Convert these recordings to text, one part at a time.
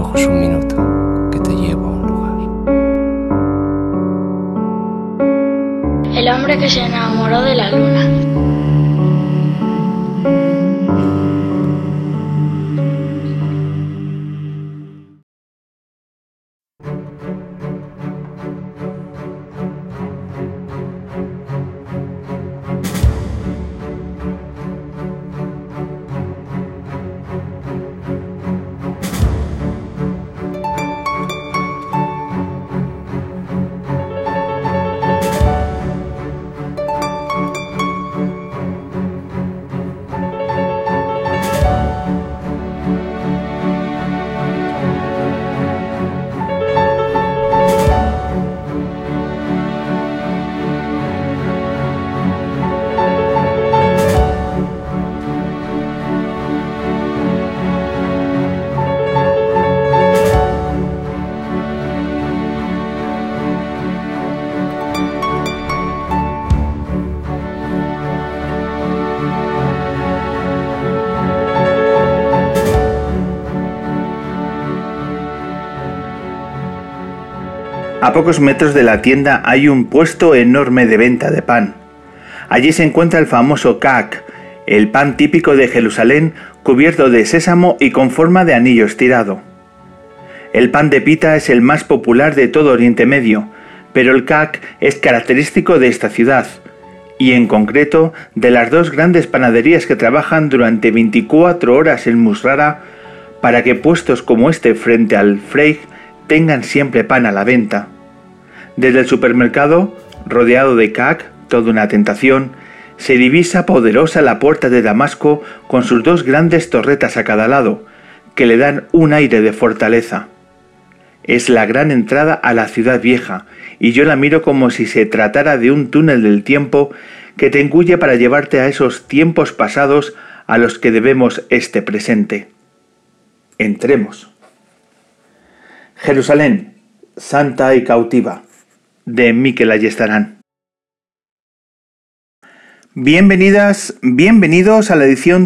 ojos un minuto, que te llevo a un lugar. El hombre que se enamoró de la luna. A pocos metros de la tienda hay un puesto enorme de venta de pan. Allí se encuentra el famoso kak, el pan típico de Jerusalén cubierto de sésamo y con forma de anillo estirado. El pan de pita es el más popular de todo Oriente Medio, pero el kak es característico de esta ciudad, y en concreto de las dos grandes panaderías que trabajan durante 24 horas en Musrara para que puestos como este frente al Freig tengan siempre pan a la venta. Desde el supermercado, rodeado de kak, toda una tentación, se divisa poderosa la puerta de Damasco con sus dos grandes torretas a cada lado, que le dan un aire de fortaleza. Es la gran entrada a la ciudad vieja, y yo la miro como si se tratara de un túnel del tiempo que te engulle para llevarte a esos tiempos pasados a los que debemos este presente. Entremos. Jerusalén, santa y cautiva, de Miquel Ayestarán. Bienvenidas, bienvenidos a la edición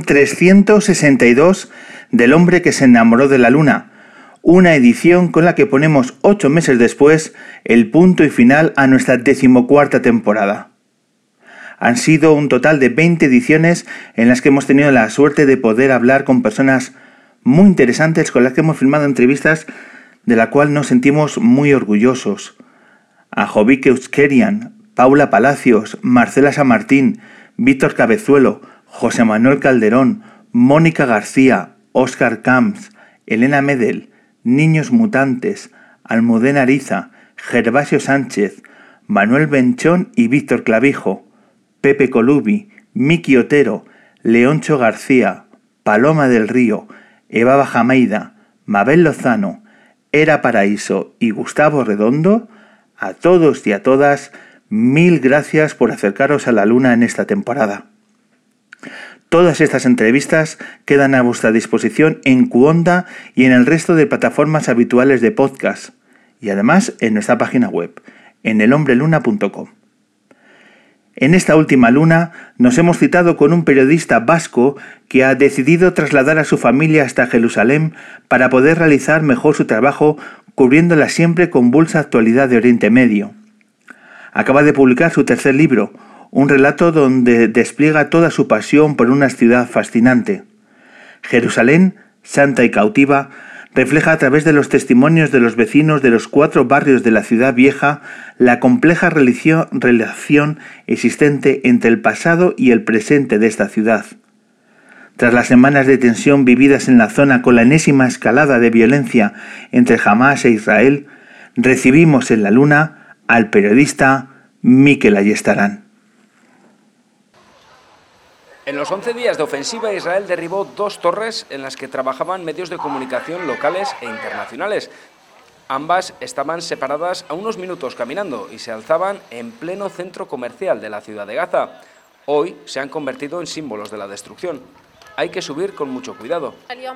362 del hombre que se enamoró de la luna, una edición con la que ponemos 8 meses después el punto y final a nuestra 14ª temporada. Han sido un total de 20 ediciones en las que hemos tenido la suerte de poder hablar con personas muy interesantes con las que hemos filmado entrevistas de la cual nos sentimos muy orgullosos. A Jovik Euskerian, Paula Palacios, Marcela San Martín, Víctor Cabezuelo, José Manuel Calderón, Mónica García, Óscar Camps, Elena Medel, Niños Mutantes, Almudena Ariza, Gervasio Sánchez, Manuel Benchón y Víctor Clavijo, Pepe Colubi, Miki Otero, Leoncho García, Paloma del Río, Eva Bajamaida, Mabel Lozano, Era Paraíso y Gustavo Redondo, a todos y a todas, mil gracias por acercaros a la luna en esta temporada. Todas estas entrevistas quedan a vuestra disposición en Cuonda y en el resto de plataformas habituales de podcast, y además en nuestra página web, en elhombreluna.com. En esta última luna nos hemos citado con un periodista vasco que ha decidido trasladar a su familia hasta Jerusalén para poder realizar mejor su trabajo cubriendo la siempre convulsa actualidad de Oriente Medio. Acaba de publicar su tercer libro, un relato donde despliega toda su pasión por una ciudad fascinante. Jerusalén, santa y cautiva, refleja a través de los testimonios de los vecinos de los 4 barrios de la ciudad vieja la compleja relación existente entre el pasado y el presente de esta ciudad. Tras las semanas de tensión vividas en la zona con la enésima escalada de violencia entre Hamás e Israel, recibimos en la luna al periodista Miquel Ayestarán. En los 11 días de ofensiva, Israel derribó 2 torres en las que trabajaban medios de comunicación locales e internacionales. Ambas estaban separadas a unos minutos caminando y se alzaban en pleno centro comercial de la ciudad de Gaza. Hoy se han convertido en símbolos de la destrucción. hay que subir con mucho cuidado.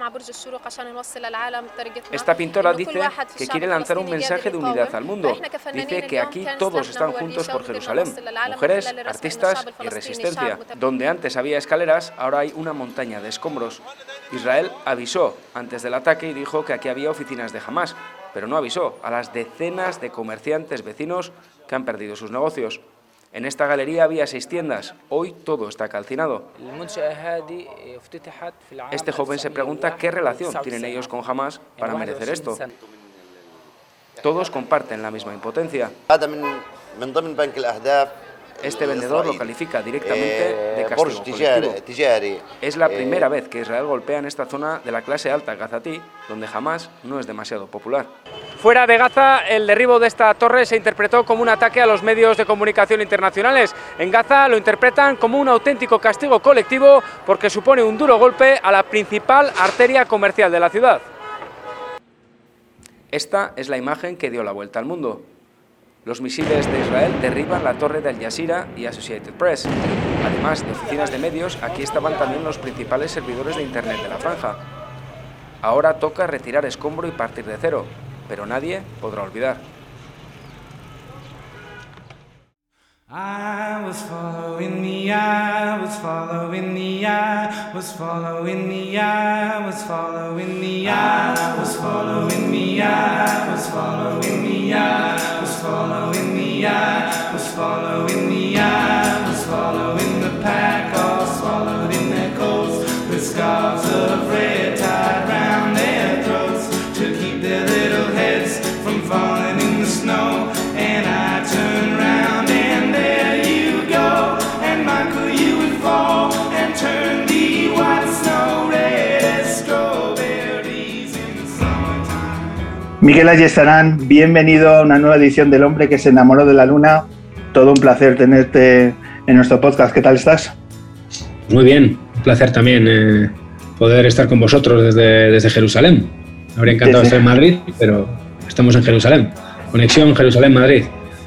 Esta pintora dice que quiere lanzar un mensaje de unidad al mundo. Dice que aquí todos están juntos por Jerusalén, mujeres, artistas y resistencia. Donde antes había escaleras, ahora hay una montaña de escombros. Israel avisó antes del ataque y dijo que aquí había oficinas de Hamás, pero no avisó a las decenas de comerciantes vecinos que han perdido sus negocios. En esta galería había 6 tiendas, hoy todo está calcinado. Este joven se pregunta qué relación tienen ellos con Hamás para merecer esto. Todos comparten la misma impotencia. Este vendedor lo califica directamente de castigo colectivo. Es la primera vez que Israel golpea en esta zona de la clase alta gazatí, donde Hamás no es demasiado popular. Fuera de Gaza, el derribo de esta torre se interpretó como un ataque a los medios de comunicación internacionales. En Gaza lo interpretan como un auténtico castigo colectivo porque supone un duro golpe a la principal arteria comercial de la ciudad. Esta es la imagen que dio la vuelta al mundo. Los misiles de Israel derriban la torre de Al Jazeera y Associated Press. Además de oficinas de medios, aquí estaban también los principales servidores de Internet de la franja. Ahora toca retirar escombro y partir de cero, pero nadie podrá olvidar. I was following the eye, was following the eye, was following the eye, was following the eye, was following the eye, was following the eye, was following the eye, was following the eye, was following the pack, all swallowed in their coats, with scarves of red tied round their throats to keep their little heads from falling in the snow. And I turned round and there you go, and Michael, you would fall and turn the white snow red as strawberries in the summertime. Miguel Ayestarán, bienvenido a una nueva edición del Hombre que se enamoró de la Luna. Todo un placer tenerte en nuestro podcast. ¿Qué tal estás? Muy bien, un placer también poder estar con vosotros desde Jerusalén. Me habría encantado estar en Madrid, pero estamos en Jerusalén. Conexión Jerusalén-Madrid.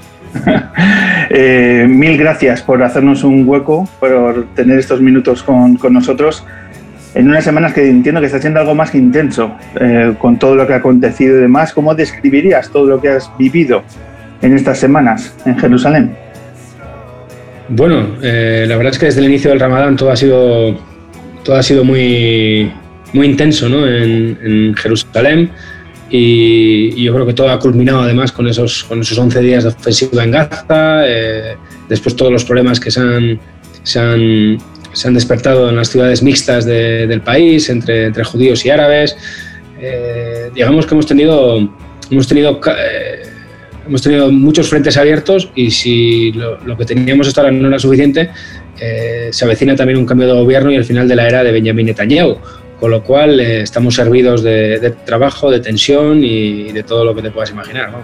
Mil gracias por hacernos un hueco, por tener estos minutos con nosotros en unas semanas que entiendo que está siendo algo más que intenso, con todo lo que ha acontecido y demás. ¿Cómo describirías todo lo que has vivido en estas semanas en Jerusalén? Bueno, la verdad es que desde el inicio del Ramadán todo ha sido muy, muy intenso, ¿no? en Jerusalén. Y yo creo que todo ha culminado además con esos 11 días de ofensiva en Gaza, después todos los problemas que se han despertado en las ciudades mixtas del país, entre judíos y árabes. Digamos que hemos tenido muchos frentes abiertos y si lo que teníamos hasta ahora no era suficiente, se avecina también un cambio de gobierno y el final de la era de Benjamin Netanyahu. Con lo cual estamos servidos de trabajo, de tensión y de todo lo que te puedas imaginar, ¿no?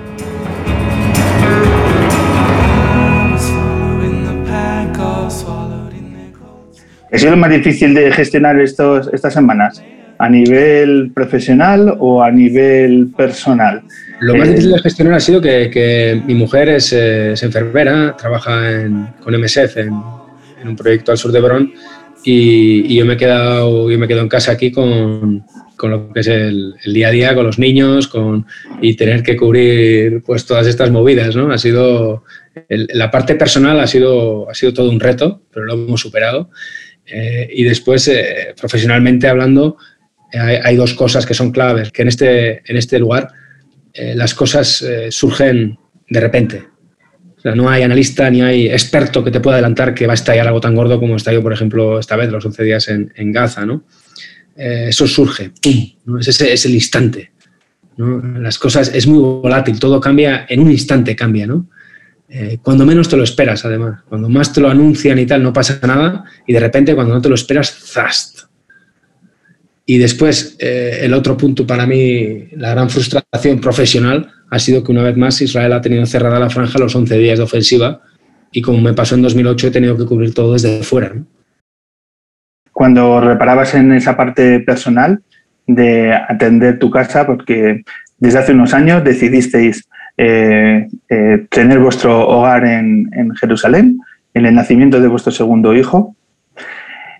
¿Ha sido lo más difícil de gestionar estas semanas? ¿A nivel profesional o a nivel personal? Lo más difícil de gestionar ha sido que mi mujer es enfermera, trabaja con MSF en un proyecto al sur de Hebrón. Y yo me he quedado en casa aquí con lo que es el día a día, con los niños, y tener que cubrir pues todas estas movidas, ¿no? La parte personal ha sido todo un reto, pero lo hemos superado. Y después, profesionalmente hablando, hay 2 cosas que son claves, que en este lugar las cosas surgen de repente. O sea, no hay analista ni hay experto que te pueda adelantar que va a estallar algo tan gordo como estalló, por ejemplo, esta vez, los 11 días en Gaza, ¿no? Eso surge, ¡pum!, ¿no? Es el instante, ¿no? Las cosas, es muy volátil, todo cambia, en un instante cambia, ¿no? Cuando menos te lo esperas, además. Cuando más te lo anuncian y tal, no pasa nada, y de repente, cuando no te lo esperas, ¡zast! Y después, el otro punto para mí, la gran frustración profesional, ha sido que una vez más Israel ha tenido cerrada la franja los 11 días de ofensiva y como me pasó en 2008 he tenido que cubrir todo desde fuera, ¿no? Cuando reparabas en esa parte personal de atender tu casa, porque desde hace unos años decidisteis tener vuestro hogar en Jerusalén, en el nacimiento de vuestro segundo hijo,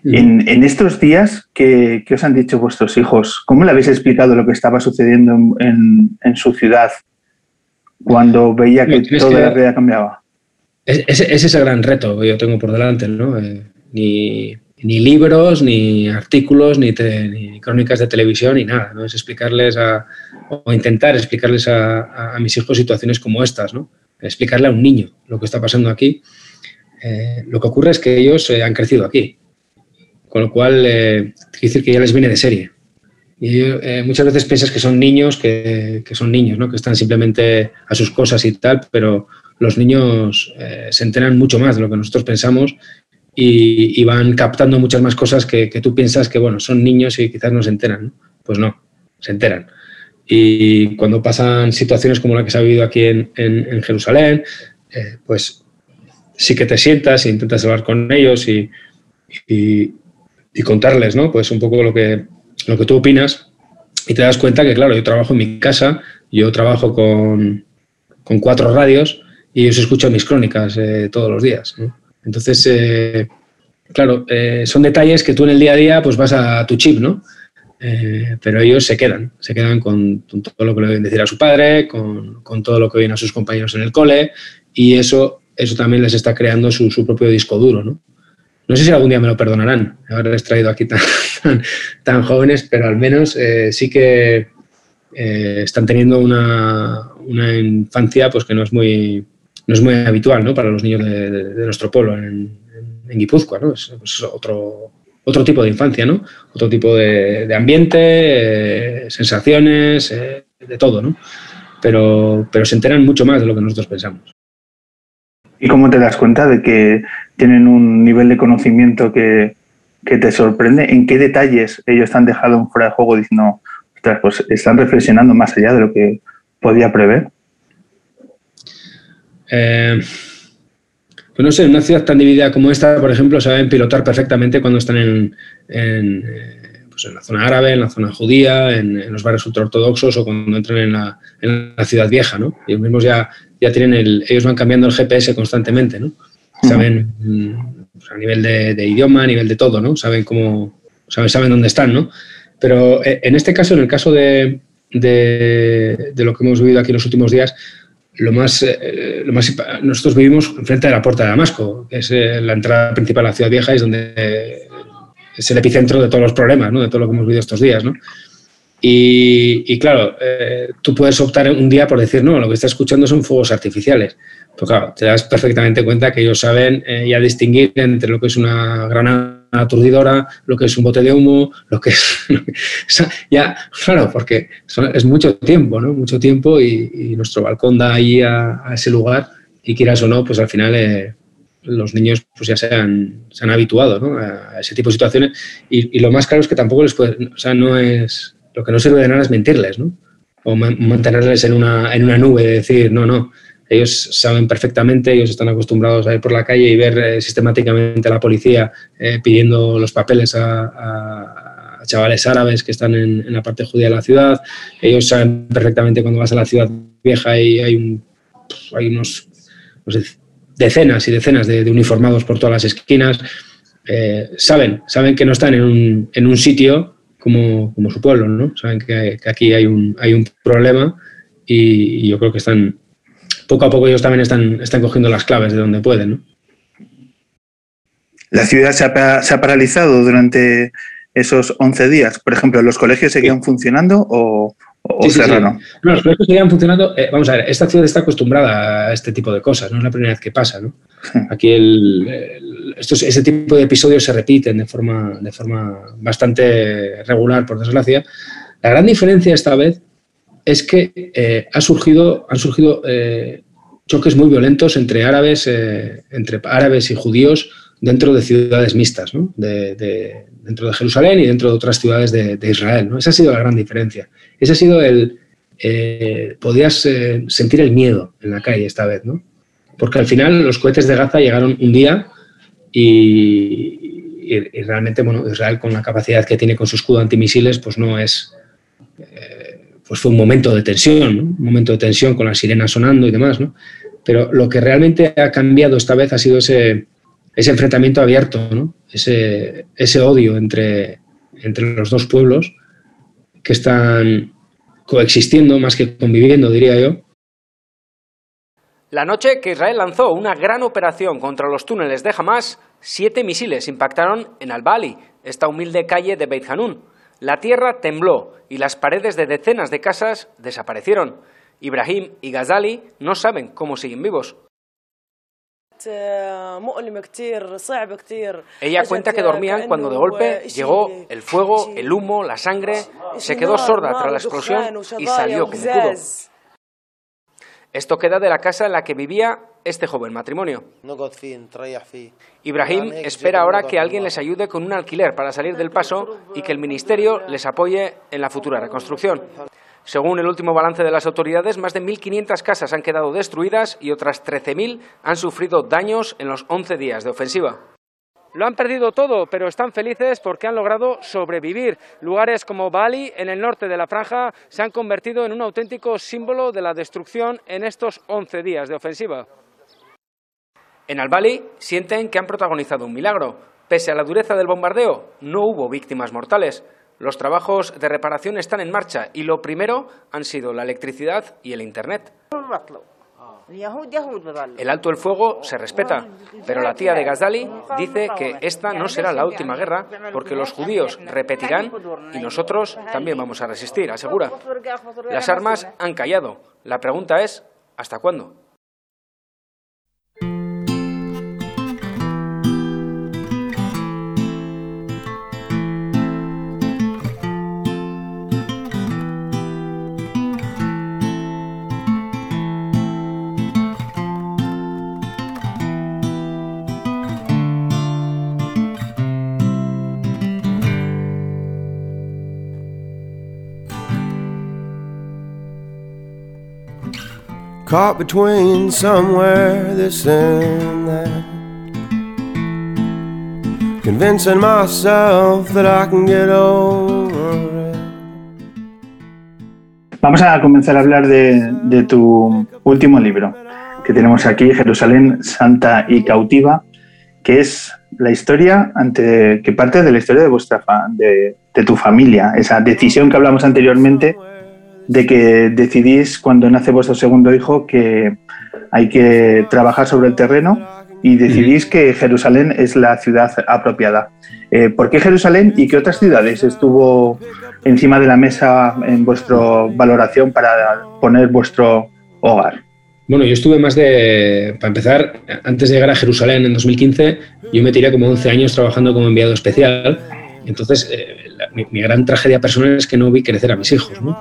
En estos días, ¿qué os han dicho vuestros hijos? ¿Cómo le habéis explicado lo que estaba sucediendo en su ciudad cuando veía que toda la realidad cambiaba? Ese es el gran reto que yo tengo por delante, ¿no? Ni libros, ni artículos, ni crónicas de televisión, ni nada, ¿no? Es explicarles o intentar explicarles a mis hijos situaciones como estas, ¿no? Explicarle a un niño lo que está pasando aquí. Lo que ocurre es que ellos han crecido aquí, con lo cual quiere decir que ya les viene de serie. Y muchas veces piensas que son niños, que son niños, ¿no? Que están simplemente a sus cosas y tal, pero los niños se enteran mucho más de lo que nosotros pensamos y van captando muchas más cosas que tú piensas que, bueno, son niños y quizás no se enteran, ¿no? Pues no, se enteran. Y cuando pasan situaciones como la que se ha vivido aquí en Jerusalén, pues sí que te sientas e intentas hablar con ellos y contarles, ¿no? Pues un poco lo que tú opinas, y te das cuenta que, claro, yo trabajo en mi casa, yo trabajo con 4 radios y ellos escuchan mis crónicas todos los días, ¿no? Entonces, claro, son detalles que tú en el día a día pues vas a tu chip, ¿no? Pero ellos se quedan con todo lo que le deben decir a su padre, con todo lo que oyen a sus compañeros en el cole, y eso también les está creando su propio disco duro, ¿no? No sé si algún día me lo perdonarán haberles traído aquí tan jóvenes, pero al menos sí que están teniendo una infancia pues que no es muy habitual, ¿no? Para los niños de nuestro pueblo en Guipúzcoa, ¿no? Es otro tipo de infancia, ¿no? Otro tipo de ambiente, sensaciones, de todo, ¿no? Pero se enteran mucho más de lo que nosotros pensamos. ¿Y cómo te das cuenta de que tienen un nivel de conocimiento que te sorprende? ¿En qué detalles ellos te han dejado fuera de juego diciendo, ostras, pues están reflexionando más allá de lo que podía prever? Pues no sé, en una ciudad tan dividida como esta, por ejemplo, saben pilotar perfectamente cuando están en la zona árabe, en la zona judía, en los barrios ultraortodoxos o cuando entran en la ciudad vieja, ¿no? Ellos mismos ya tienen ellos van cambiando el GPS constantemente, ¿no? Saben a nivel de idioma, a nivel de todo, ¿no? Saben dónde están, ¿no? Pero en este caso, en el caso de lo que hemos vivido aquí en los últimos días, nosotros vivimos enfrente de la puerta de Damasco, que es la entrada principal a la ciudad vieja, es donde es el epicentro de todos los problemas, ¿no? De todo lo que hemos vivido estos días, ¿no? Y claro, tú puedes optar un día por decir, no, lo que estás escuchando son fuegos artificiales. Pues claro, te das perfectamente cuenta que ellos saben ya distinguir entre lo que es una granada aturdidora, lo que es un bote de humo, lo que es... ya, claro, porque es mucho tiempo, ¿no? Mucho tiempo y nuestro balcón da ahí a ese lugar y quieras o no, pues al final los niños pues ya se han habituado, ¿no? A ese tipo de situaciones y lo más claro es que tampoco les puede... O sea, no es... Lo que no sirve de nada es mentirles, ¿no? O mantenerles en una nube de decir, no. Ellos saben perfectamente, ellos están acostumbrados a ir por la calle y ver sistemáticamente a la policía pidiendo los papeles a chavales árabes que están en la parte judía de la ciudad. Ellos saben perfectamente cuando vas a la ciudad vieja y hay unos decenas y decenas de uniformados por todas las esquinas. Saben que no están en un sitio como su pueblo, ¿no? Saben que aquí hay un problema y yo creo que poco a poco ellos también están cogiendo las claves de donde pueden, ¿no? ¿La ciudad se ha paralizado durante esos 11 días? Por ejemplo, ¿los colegios seguían funcionando o cerraron? Sí. No, los colegios seguían funcionando. Vamos a ver, esta ciudad está acostumbrada a este tipo de cosas, no es la primera vez que pasa, ¿no? Sí. Aquí ese tipo de episodios se repiten de forma bastante regular, por desgracia. La gran diferencia esta vez es que han surgido choques muy violentos entre árabes y judíos dentro de ciudades mixtas, ¿no? Dentro de Jerusalén y dentro de otras ciudades de Israel, ¿no? Esa ha sido la gran diferencia. Ese ha sido podías sentir el miedo en la calle esta vez, ¿no? Porque al final los cohetes de Gaza llegaron un día y realmente, bueno, Israel con la capacidad que tiene con su escudo antimisiles, pues no es... pues fue un momento de tensión, ¿no? Un momento de tensión con las sirenas sonando y demás, ¿no? Pero lo que realmente ha cambiado esta vez ha sido ese ese enfrentamiento abierto, ¿no? Ese odio entre los dos pueblos que están coexistiendo más que conviviendo, diría yo. La noche que Israel lanzó una gran operación contra los túneles de Hamás, 7 misiles impactaron en Al-Bali, esta humilde calle de Beit Hanun. La tierra tembló y las paredes de decenas de casas desaparecieron. Ibrahim y Ghazali no saben cómo siguen vivos. Ella cuenta que dormían cuando de golpe llegó el fuego, el humo, la sangre, se quedó sorda tras la explosión y salió como pudo. Esto queda de la casa en la que vivía este joven matrimonio. Ibrahim espera ahora que alguien les ayude con un alquiler para salir del paso y que el ministerio les apoye en la futura reconstrucción. Según el último balance de las autoridades, más de 1.500 casas han quedado destruidas y otras 13.000 han sufrido daños en los 11 días de ofensiva. Lo han perdido todo, pero están felices porque han logrado sobrevivir. Lugares como Bali, en el norte de la franja, se han convertido en un auténtico símbolo de la destrucción en estos 11 días de ofensiva. En Al-Bali sienten que han protagonizado un milagro. Pese a la dureza del bombardeo, no hubo víctimas mortales. Los trabajos de reparación están en marcha y lo primero han sido la electricidad y el Internet. El alto el fuego se respeta, pero la tía de Ghazali dice que esta no será la última guerra porque los judíos repetirán y nosotros también vamos a resistir, asegura. Las armas han callado. La pregunta es, ¿hasta cuándo? Caught between somewhere this and that, convincing myself that I can get over it. Vamos a comenzar a hablar de tu último libro que tenemos aquí, Jerusalén Santa y Cautiva, que es la historia que parte de la historia de tu familia, esa decisión que hablamos anteriormente de que decidís cuando nace vuestro segundo hijo que hay que trabajar sobre el terreno y decidís que Jerusalén es la ciudad apropiada. ¿Por qué Jerusalén y qué otras ciudades estuvo encima de la mesa en vuestra valoración para poner vuestro hogar? Bueno, yo estuve para empezar, antes de llegar a Jerusalén en 2015, yo me tiré como 11 años trabajando como enviado especial. Entonces, mi gran tragedia personal es que no vi crecer a mis hijos, ¿no?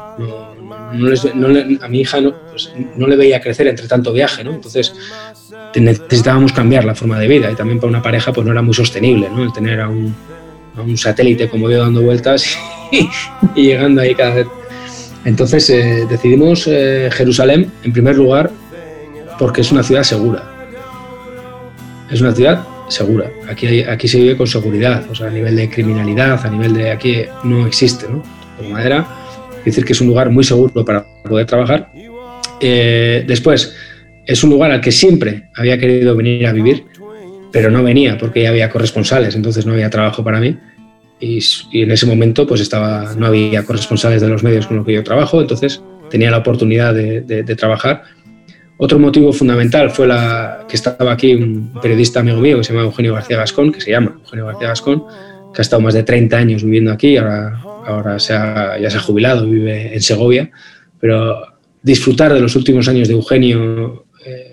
A mi hija no le veía crecer entre tanto viaje, ¿no? Entonces, necesitábamos cambiar la forma de vida y también para una pareja pues no era muy sostenible, ¿no? El tener a un satélite como yo dando vueltas y llegando ahí cada vez. Entonces, decidimos Jerusalén, en primer lugar, porque es una ciudad segura. Es una ciudad segura. Aquí se vive con seguridad, o sea, a nivel de criminalidad, a nivel de aquí no existe, ¿no? Por madera, es decir, que es un lugar muy seguro para poder trabajar. Después, es un lugar al que siempre había querido venir a vivir, pero no venía porque ya había corresponsales, entonces no había trabajo para mí. Y en ese momento pues no había corresponsales de los medios con los que yo trabajo, entonces tenía la oportunidad de trabajar. Otro motivo fundamental fue que estaba aquí un periodista amigo mío que se llama Eugenio García Gascón, que ha estado más de 30 años viviendo aquí, ahora ya se ha jubilado, vive en Segovia, pero disfrutar de los últimos años de Eugenio,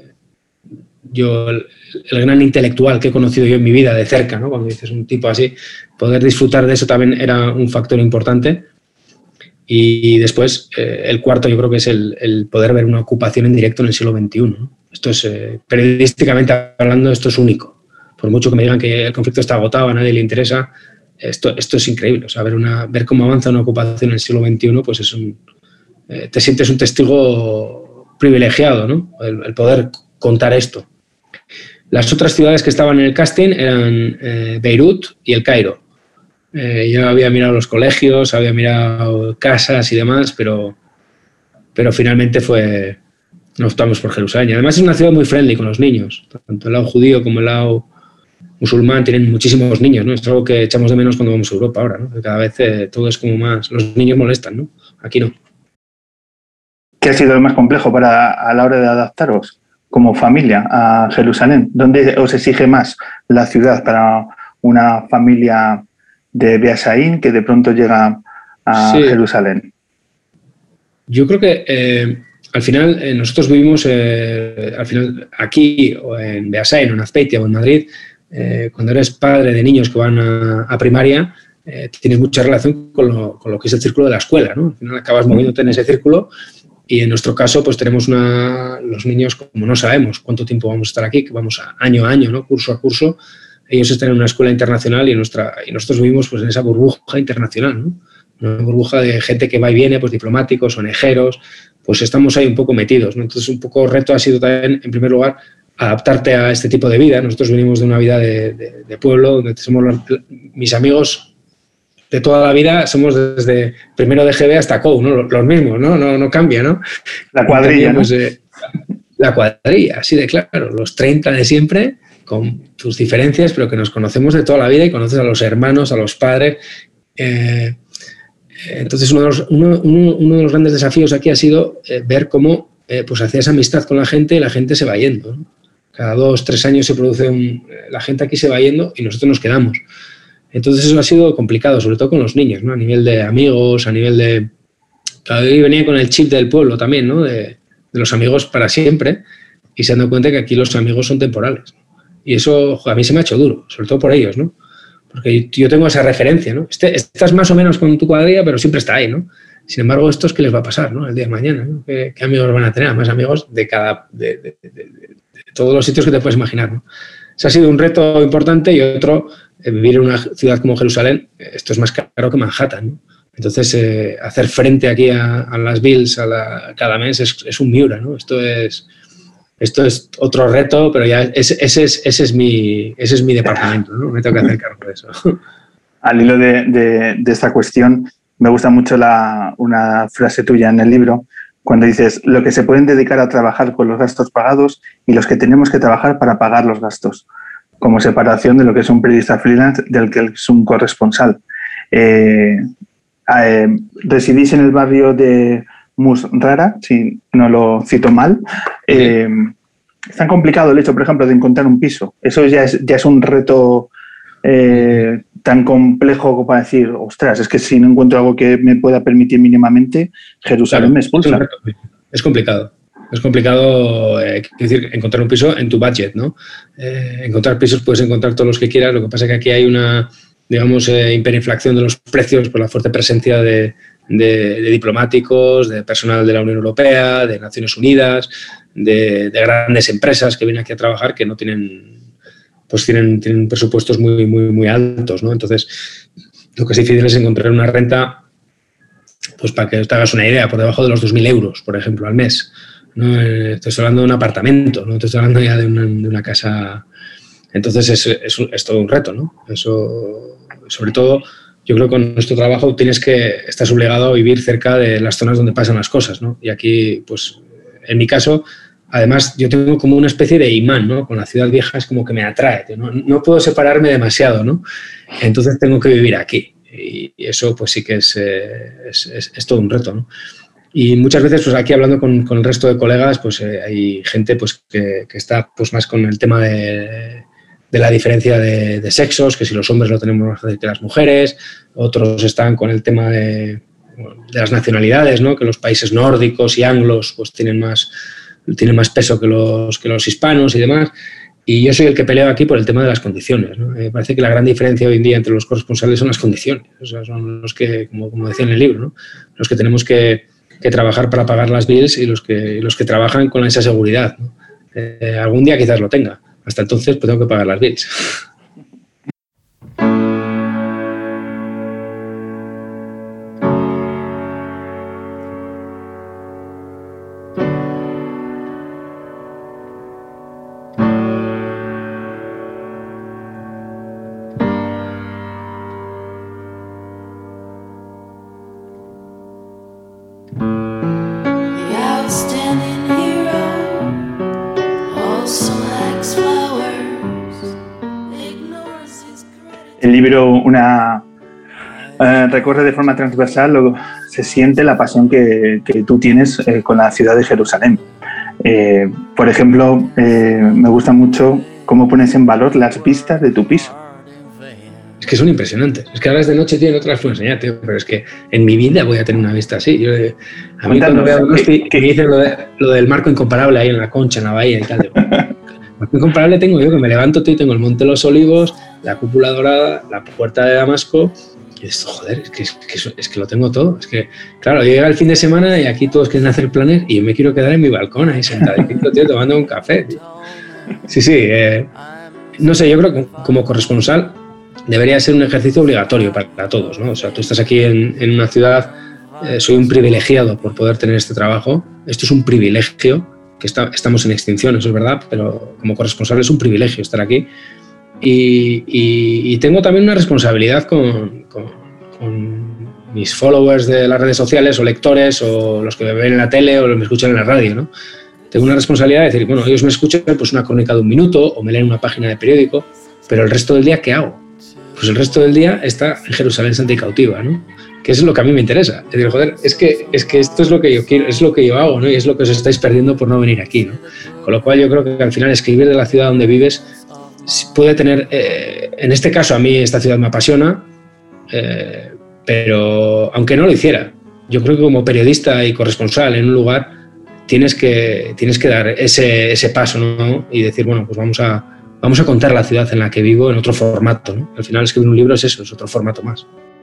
el gran intelectual que he conocido yo en mi vida de cerca, ¿no? Cuando dices un tipo así, poder disfrutar de eso también era un factor importante. Y después, el cuarto yo creo que es el poder ver una ocupación en directo en el siglo XXI, ¿no? Esto es, periodísticamente hablando, esto es único. Por mucho que me digan que el conflicto está agotado, a nadie le interesa, esto es increíble. O sea, ver cómo avanza una ocupación en el siglo XXI, pues te sientes un testigo privilegiado, ¿no? El poder contar esto. Las otras ciudades que estaban en el casting eran Beirut y El Cairo. Yo había mirado los colegios, había mirado casas y demás, pero finalmente nos optamos por Jerusalén. Y además es una ciudad muy friendly con los niños, tanto el lado judío como el lado musulmán, tienen muchísimos niños, ¿no? Es algo que echamos de menos cuando vamos a Europa ahora, ¿no? Cada vez todo es como más... Los niños molestan, ¿no? Aquí no. ¿Qué ha sido lo más complejo a la hora de adaptaros como familia a Jerusalén? ¿Dónde os exige más la ciudad para una familia de Beasaín que de pronto llega a Jerusalén? Yo creo que al final nosotros vivimos aquí o en Beasaín o en Azpeitia o en Madrid. Cuando eres padre de niños que van a primaria, tienes mucha relación con lo que es el círculo de la escuela, ¿no? Al final acabas moviéndote en ese círculo y en nuestro caso pues tenemos los niños, como no sabemos cuánto tiempo vamos a estar aquí, que vamos año a año, ¿no? Curso a curso, ellos están en una escuela internacional y nosotros vivimos pues en esa burbuja internacional, ¿no? Una burbuja de gente que va y viene, pues diplomáticos, ONGeros, pues estamos ahí un poco metidos, ¿no? Entonces un poco reto ha sido también, en primer lugar, adaptarte a este tipo de vida. Nosotros venimos de una vida de pueblo, donde somos mis amigos de toda la vida, somos desde primero de GB hasta COU, ¿no? Los mismos, ¿no? No cambia, ¿no? La cuadrilla, pues, la cuadrilla, así de claro, los 30 de siempre, con sus diferencias, pero que nos conocemos de toda la vida y conoces a los hermanos, a los padres. Entonces, uno de los grandes desafíos aquí ha sido ver cómo pues hacías amistad con la gente y la gente se va yendo, ¿no? Cada 2-3 años se produce la gente aquí se va yendo y nosotros nos quedamos. Entonces eso ha sido complicado, sobre todo con los niños, ¿no? A nivel de amigos, a nivel de... Todavía venía con el chip del pueblo también, ¿no? De los amigos para siempre, y se han dado cuenta que aquí los amigos son temporales. Y eso a mí se me ha hecho duro, sobre todo por ellos, ¿no? Porque yo tengo esa referencia, ¿no? Estás más o menos con tu cuadrilla, pero siempre está ahí, ¿no? Sin embargo, ¿estos qué les va a pasar, ¿no? El día de mañana, ¿no? ¿Qué amigos van a tener? Más amigos de todos los sitios que te puedes imaginar, ¿no? Ese ha sido un reto importante y otro, vivir en una ciudad como Jerusalén, esto es más caro que Manhattan, ¿no? Entonces, hacer frente aquí a las bills cada mes es un miura, ¿no? Esto es otro reto, pero ya ese es mi departamento, ¿no? Me tengo que hacer cargo de eso. Al hilo de esta cuestión, me gusta mucho una frase tuya en el libro, cuando dices, lo que se pueden dedicar a trabajar con los gastos pagados y los que tenemos que trabajar para pagar los gastos, como separación de lo que es un periodista freelance del que es un corresponsal. Residís en el barrio de Musrara, si no lo cito mal. Es tan complicado el hecho, por ejemplo, de encontrar un piso. Eso ya es un reto tan complejo como para decir, ostras, es que si no encuentro algo que me pueda permitir mínimamente, Jerusalén me expulsa. Es complicado. Es complicado decir, encontrar un piso en tu budget, ¿no? Encontrar pisos puedes encontrar todos los que quieras, lo que pasa es que aquí hay una, digamos, hiperinflación de los precios por la fuerte presencia de diplomáticos, de personal de la Unión Europea, de Naciones Unidas, de grandes empresas que vienen aquí a trabajar que no tienen, pues tienen presupuestos muy, muy, muy altos, ¿no? Entonces, lo que es difícil es encontrar una renta, pues para que te hagas una idea, por debajo de los 2.000 euros, por ejemplo, al mes, ¿no? Estoy hablando de un apartamento, no estoy hablando ya de una casa. Entonces, es todo un reto, ¿no? Eso, sobre todo, yo creo que con nuestro trabajo estás obligado a vivir cerca de las zonas donde pasan las cosas, ¿no? Y aquí, pues, en mi caso, además, yo tengo como una especie de imán, ¿no? Con la ciudad vieja es como que me atrae, no puedo separarme demasiado, ¿no? Entonces tengo que vivir aquí y eso, pues sí que es todo un reto, ¿no? Y muchas veces, pues aquí hablando con el resto de colegas, pues hay gente pues que está pues más con el tema de la diferencia de sexos, que si los hombres lo tenemos más fácil que las mujeres, otros están con el tema de las nacionalidades, ¿no? Que los países nórdicos y anglos pues tienen más peso que los hispanos y demás. Y yo soy el que peleo aquí por el tema de las condiciones, ¿no? Me parece que la gran diferencia hoy en día entre los corresponsales son las condiciones. O sea, son los que, como decía en el libro, ¿no? Los que tenemos que trabajar para pagar las bills y los que trabajan con esa seguridad, ¿no? Algún día quizás lo tenga. Hasta entonces pues tengo que pagar las bills. el libro recorre de forma transversal, se siente la pasión que tú tienes con la ciudad de Jerusalén. Por ejemplo, me gusta mucho cómo pones en valor las vistas de tu piso. Es que son impresionantes. Es que ahora es de noche, tío, no te las puedo enseñar, tío, pero es que en mi vida voy a tener una vista así. A mí cuando veo Donosti, me dicen lo del marco incomparable ahí en la Concha, en la bahía y tal. Digo, marco incomparable tengo yo, que me levanto, tío, tengo el Monte de los Olivos, la cúpula dorada, la puerta de Damasco. Y esto, joder, es que lo tengo todo. Es que, claro, llega el fin de semana y aquí todos quieren hacer planes y yo me quiero quedar en mi balcón ahí sentadito, tío, tomando un café, tío. Sí, no sé, yo creo que como corresponsal debería ser un ejercicio obligatorio para todos, ¿no? O sea, tú estás aquí en una ciudad, soy un privilegiado por poder tener este trabajo. Esto es un privilegio, que estamos en extinción, eso es verdad, pero como corresponsal es un privilegio estar aquí. Y tengo también una responsabilidad con mis followers de las redes sociales o lectores o los que me ven en la tele o los que me escuchan en la radio, ¿no? Tengo una responsabilidad de decir, bueno, ellos me escuchan pues una crónica de un minuto o me leen una página de periódico, pero el resto del día, ¿qué hago? Pues el resto del día está en Jerusalén Santa y Cautiva, ¿no? Que es lo que a mí me interesa. Es decir, joder, es que esto es lo que yo quiero, es lo que yo hago, ¿no? Y es lo que os estáis perdiendo por no venir aquí, ¿no? Con lo cual yo creo que al final escribir de la ciudad donde vives puede tener, en este caso a mí esta ciudad me apasiona, pero aunque no lo hiciera, yo creo que como periodista y corresponsal en un lugar tienes que dar ese paso, ¿no? Y decir, bueno, pues vamos a contar la ciudad en la que vivo en otro formato, ¿no? Al final escribir un libro es eso, es otro formato más.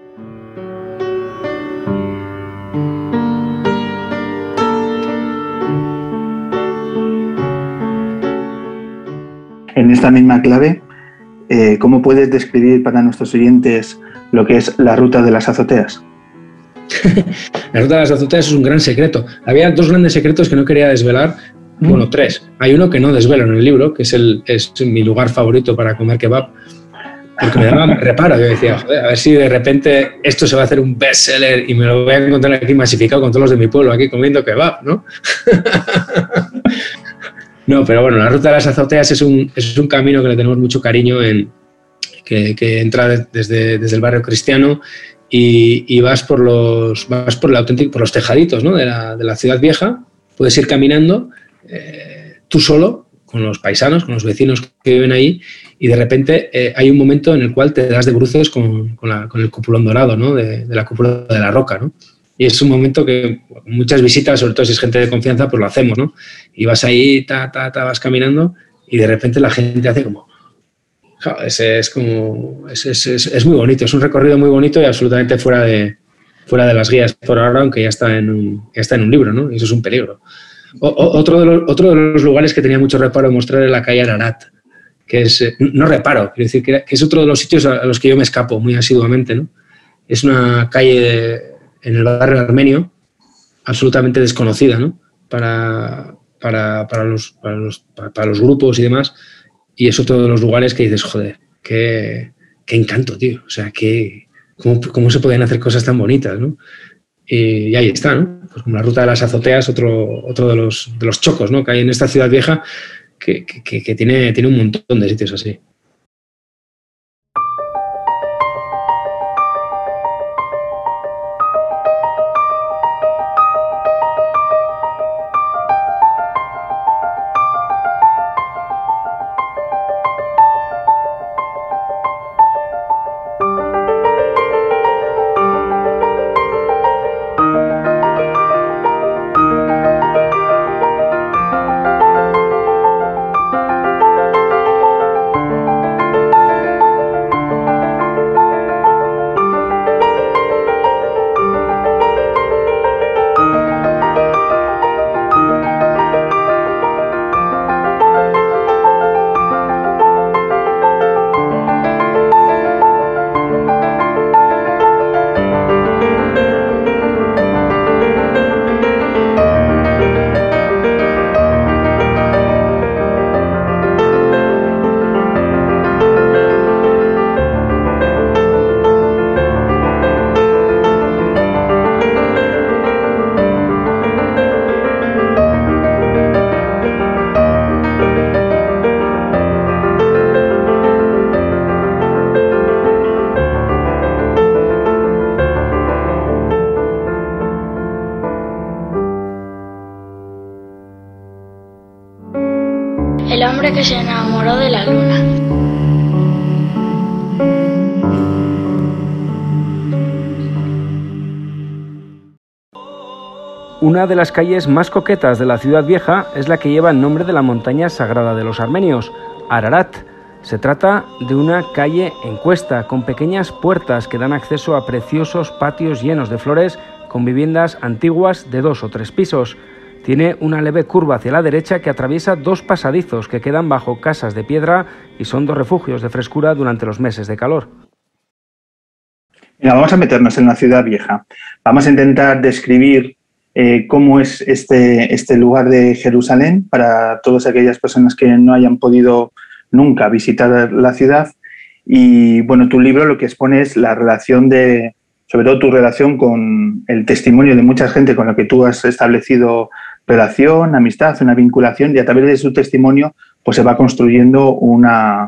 En esta misma clave, ¿cómo puedes describir para nuestros oyentes lo que es la ruta de las azoteas? La ruta de las azoteas es un gran secreto. Había 2 grandes secretos que no quería desvelar. Bueno, 3. Hay uno que no desvelo en el libro, que es mi lugar favorito para comer kebab, porque me daba reparo. Yo decía, joder, a ver si de repente esto se va a hacer un bestseller y me lo voy a encontrar aquí masificado con todos los de mi pueblo aquí comiendo kebab, ¿no? No, pero bueno, la ruta de las azoteas es un camino que le tenemos mucho cariño, que entra desde el barrio cristiano y vas por los tejaditos, ¿no? de la ciudad vieja. Puedes ir caminando tú solo, con los paisanos, con los vecinos que viven ahí, y de repente hay un momento en el cual te das de bruces con el cupulón dorado, ¿no? de la cúpula de la roca, ¿no? Y es un momento que muchas visitas, sobre todo si es gente de confianza, pues lo hacemos, ¿no? Y vas ahí, vas caminando y de repente la gente hace como... Es muy bonito, es un recorrido muy bonito y absolutamente fuera de las guías por ahora, aunque ya está en un libro, ¿no? Y eso es un peligro. Otro de los lugares que tenía mucho reparo de mostrar es la calle Ararat, que es... No reparo, quiero decir que es otro de los sitios a los que yo me escapo muy asiduamente, ¿no? Es una calle en el barrio armenio, absolutamente desconocida, ¿no? Para los grupos y demás, y es otro de los lugares que dices, joder, qué encanto, tío, o sea, cómo se pueden hacer cosas tan bonitas, ¿no? Y ahí está, ¿no? Pues como la ruta de las azoteas, otro de los chocos, ¿no? Que hay en esta ciudad vieja que tiene un montón de sitios así. hombre que se enamoró de la luna. Una de las calles más coquetas de la ciudad vieja es la que lleva el nombre de la montaña sagrada de los armenios, Ararat. Se trata de una calle en cuesta, con pequeñas puertas que dan acceso a preciosos patios llenos de flores, con viviendas antiguas de 2 o 3 pisos. Tiene una leve curva hacia la derecha que atraviesa 2 pasadizos que quedan bajo casas de piedra y son 2 refugios de frescura durante los meses de calor. Mira, vamos a meternos en la ciudad vieja. Vamos a intentar describir cómo es este lugar de Jerusalén para todas aquellas personas que no hayan podido nunca visitar la ciudad. Y bueno, tu libro lo que expone es la relación sobre todo tu relación con el testimonio de mucha gente con la que tú has establecido relación, amistad, una vinculación, y a través de su testimonio pues se va construyendo una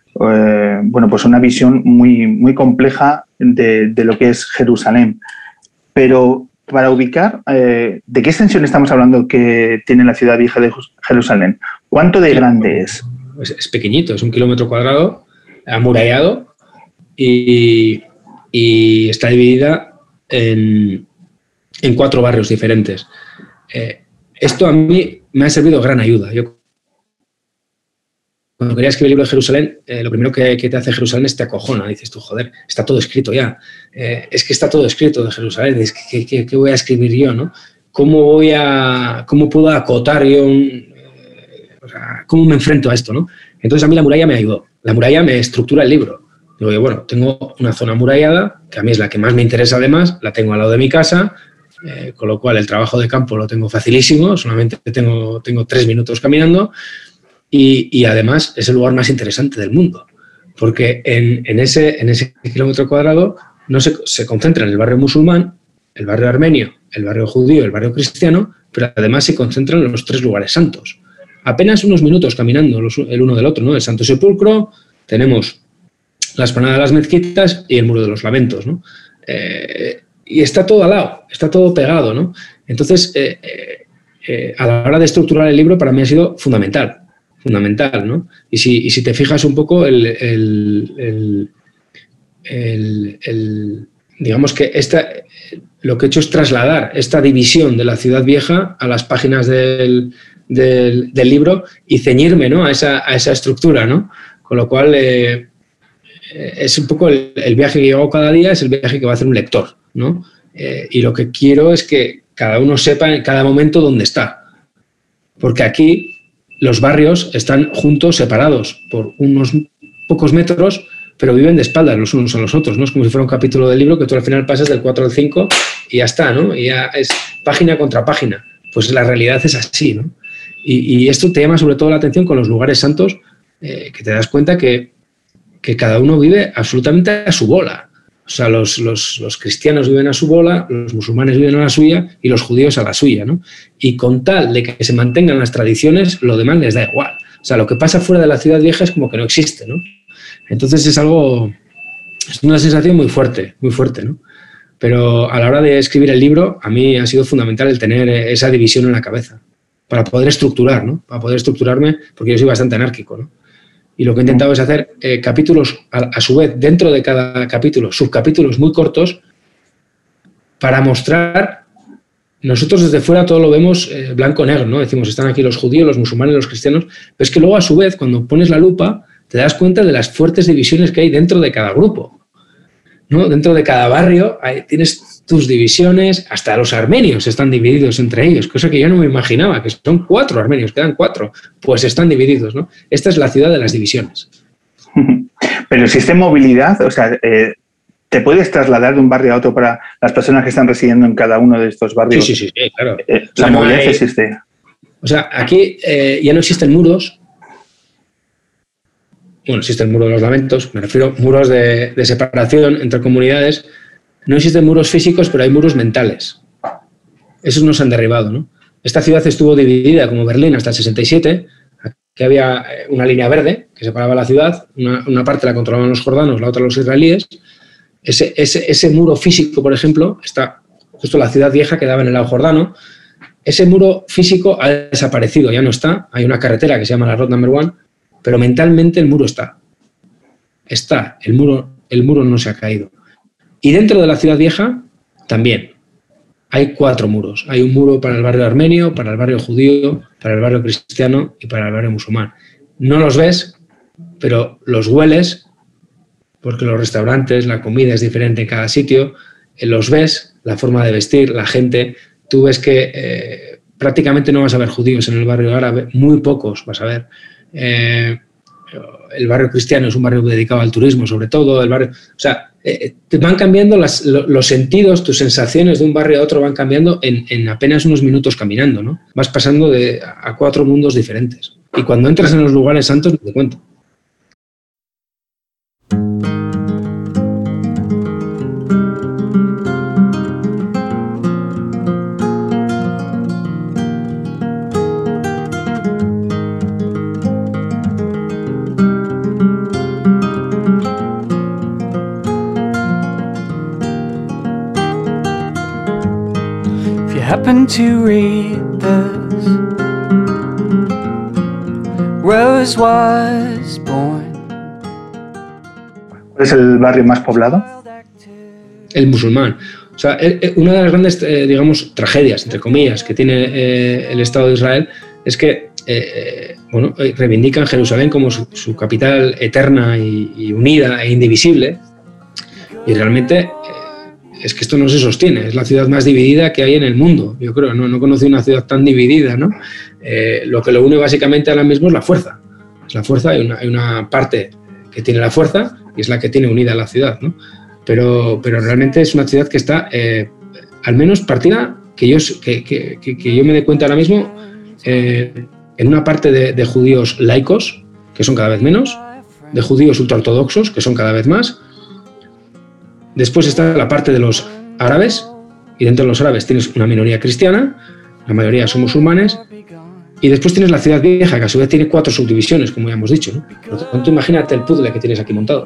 visión muy, muy compleja de lo que es Jerusalén. Pero para ubicar, ¿de qué extensión estamos hablando que tiene la ciudad vieja de Jerusalén? ¿Cuánto de grande es? Es pequeñito, es 1 kilómetro cuadrado, amurallado, y está dividida en 4 barrios diferentes. Esto a mí me ha servido de gran ayuda. Yo, cuando quería escribir el libro de Jerusalén, lo primero que te hace Jerusalén es te acojona. Dices tú, joder, está todo escrito ya. Es que está todo escrito de Jerusalén. Es que, ¿qué voy a escribir yo, no? ¿Cómo puedo acotar yo cómo me enfrento a esto, no? Entonces a mí la muralla me ayudó. La muralla me estructura el libro. Digo yo, bueno, tengo una zona amurallada, que a mí es la que más me interesa además, la tengo al lado de mi casa, con lo cual el trabajo de campo lo tengo facilísimo, solamente tengo 3 minutos caminando, y además es el lugar más interesante del mundo, porque en ese kilómetro cuadrado no se concentra en el barrio musulmán, el barrio armenio, el barrio judío, el barrio cristiano, pero además se concentran en los 3 lugares santos. Apenas unos minutos caminando el uno del otro, ¿no? El Santo Sepulcro, tenemos la explanada de las mezquitas y el Muro de los Lamentos, ¿no? Y está todo al lado, está todo pegado, ¿no? Entonces, a la hora de estructurar el libro para mí ha sido fundamental, ¿no? Y si te fijas un poco, digamos que lo que he hecho es trasladar esta división de la ciudad vieja a las páginas del libro y ceñirme, ¿no? a esa estructura, ¿no? Con lo cual es un poco el viaje que yo hago cada día, es el viaje que va a hacer un lector, ¿no? Y lo que quiero es que cada uno sepa en cada momento dónde está, porque aquí los barrios están juntos, separados por unos pocos metros, pero viven de espaldas los unos a los otros, ¿no? Es como si fuera un capítulo del libro que tú al final pasas del 4 al 5 y ya está, ¿no? Y ya es página contra página. Pues la realidad es así, ¿no? Y esto te llama sobre todo la atención con los lugares santos, que te das cuenta que cada uno vive absolutamente a su bola. O sea, los cristianos viven a su bola, los musulmanes viven a la suya y los judíos a la suya, ¿no? Y con tal de que se mantengan las tradiciones, lo demás les da igual. O sea, lo que pasa fuera de la ciudad vieja es como que no existe, ¿no? Entonces es una sensación muy fuerte, ¿no? Pero a la hora de escribir el libro, a mí ha sido fundamental el tener esa división en la cabeza para poder estructurar, ¿no? Para poder estructurarme, porque yo soy bastante anárquico, ¿no? Y lo que he intentado es hacer capítulos, a su vez, dentro de cada capítulo, subcapítulos muy cortos, para mostrar, nosotros desde fuera todo lo vemos blanco-negro, ¿no? Decimos, están aquí los judíos, los musulmanes, los cristianos, pero es que luego, a su vez, cuando pones la lupa, te das cuenta de las fuertes divisiones que hay dentro de cada grupo, ¿no? Dentro de cada barrio tienes tus divisiones, hasta los armenios están divididos entre ellos, cosa que yo no me imaginaba, que son 4 armenios, quedan 4, pues están divididos, ¿no? Esta es la ciudad de las divisiones. Pero existe movilidad, o sea, ¿te puedes trasladar de un barrio a otro para las personas que están residiendo en cada uno de estos barrios? Sí, claro. La movilidad existe. O sea, aquí ya no existen muros. Bueno, existe el Muro de los Lamentos, me refiero a muros de separación entre comunidades. No existen muros físicos, pero hay muros mentales. Esos no se han derribado, ¿no? Esta ciudad estuvo dividida, como Berlín, hasta el 67. Aquí había una línea verde que separaba la ciudad. Una parte la controlaban los jordanos, la otra los israelíes. Ese muro físico, por ejemplo, está justo la ciudad vieja que daba en el lado jordano. ese muro físico ha desaparecido, ya no está. Hay una carretera que se llama la Road Number 1, pero mentalmente el muro está. Está, el muro no se ha caído. Y dentro de la ciudad vieja también hay 4 muros. Hay un muro para el barrio armenio, para el barrio judío, para el barrio cristiano y para el barrio musulmán. No los ves, pero los hueles, porque los restaurantes, la comida es diferente en cada sitio, los ves, la forma de vestir, la gente. Tú ves que prácticamente no vas a ver judíos en el barrio árabe, muy pocos vas a ver. El barrio cristiano es un barrio dedicado al turismo, sobre todo. Te van cambiando los sentidos, tus sensaciones de un barrio a otro van cambiando en apenas unos minutos caminando, ¿no? Vas pasando a 4 mundos diferentes. Y cuando entras en los lugares santos, te cuento. Happen to read this. Rose was born. ¿Cuál es el barrio más poblado? El musulmán. O sea, una de las grandes, digamos, tragedias, entre comillas, que tiene el Estado de Israel es que reivindican Jerusalén como su capital eterna y unida e indivisible, y realmente es que esto no se sostiene. Es la ciudad más dividida que hay en el mundo, yo creo. No conocí una ciudad tan dividida, ¿no? Lo que lo une básicamente ahora mismo es la fuerza. Es la fuerza, hay una parte que tiene la fuerza y es la que tiene unida a la ciudad, ¿no? Pero realmente es una ciudad que está, al menos partida, que yo me dé cuenta ahora mismo, en una parte de judíos laicos, que son cada vez menos, de judíos ultraortodoxos, que son cada vez más. Después está la parte de los árabes, y dentro de los árabes tienes una minoría cristiana, la mayoría son musulmanes, y después tienes la ciudad vieja, que a su vez tiene 4 subdivisiones, como ya hemos dicho, ¿no? Por lo tanto, imagínate el puzzle que tienes aquí montado.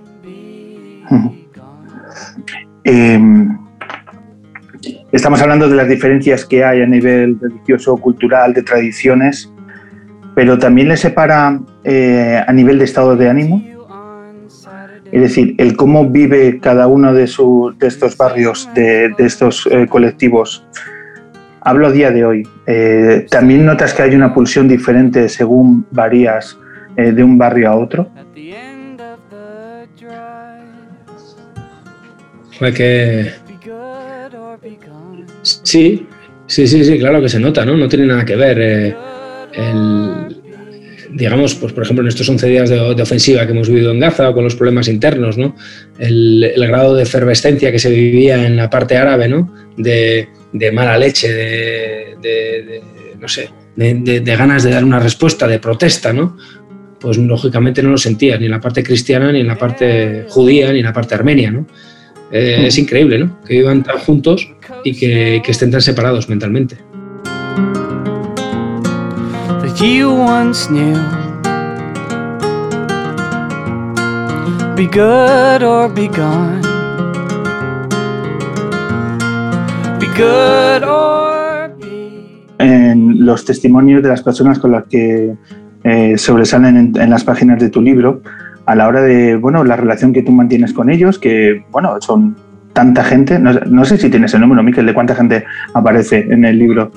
Estamos hablando de las diferencias que hay a nivel religioso, cultural, de tradiciones, pero también les separa a nivel de estado de ánimo. Es decir, el cómo vive cada uno de estos barrios, de estos colectivos. Hablo a día de hoy. ¿También notas que hay una pulsión diferente según varías de un barrio a otro? Sí, claro que se nota, ¿no? No tiene nada que ver. Digamos, pues por ejemplo, en estos 11 días de ofensiva que hemos vivido en Gaza, o con los problemas internos, ¿no? El grado de efervescencia que se vivía en la parte árabe, ¿no? De mala leche, de ganas de dar una respuesta, de protesta, ¿no? Pues lógicamente no lo sentías ni en la parte cristiana, ni en la parte judía, ni en la parte armenia, ¿no? Es increíble, ¿no? Que vivan tan juntos y que estén tan separados mentalmente. You once knew. Be good or be gone. Be good or be... En los testimonios de las personas con las que sobresalen en las páginas de tu libro, a la hora de, la relación que tú mantienes con ellos, que, son tanta gente, no sé si tienes el número, Miquel, de cuánta gente aparece en el libro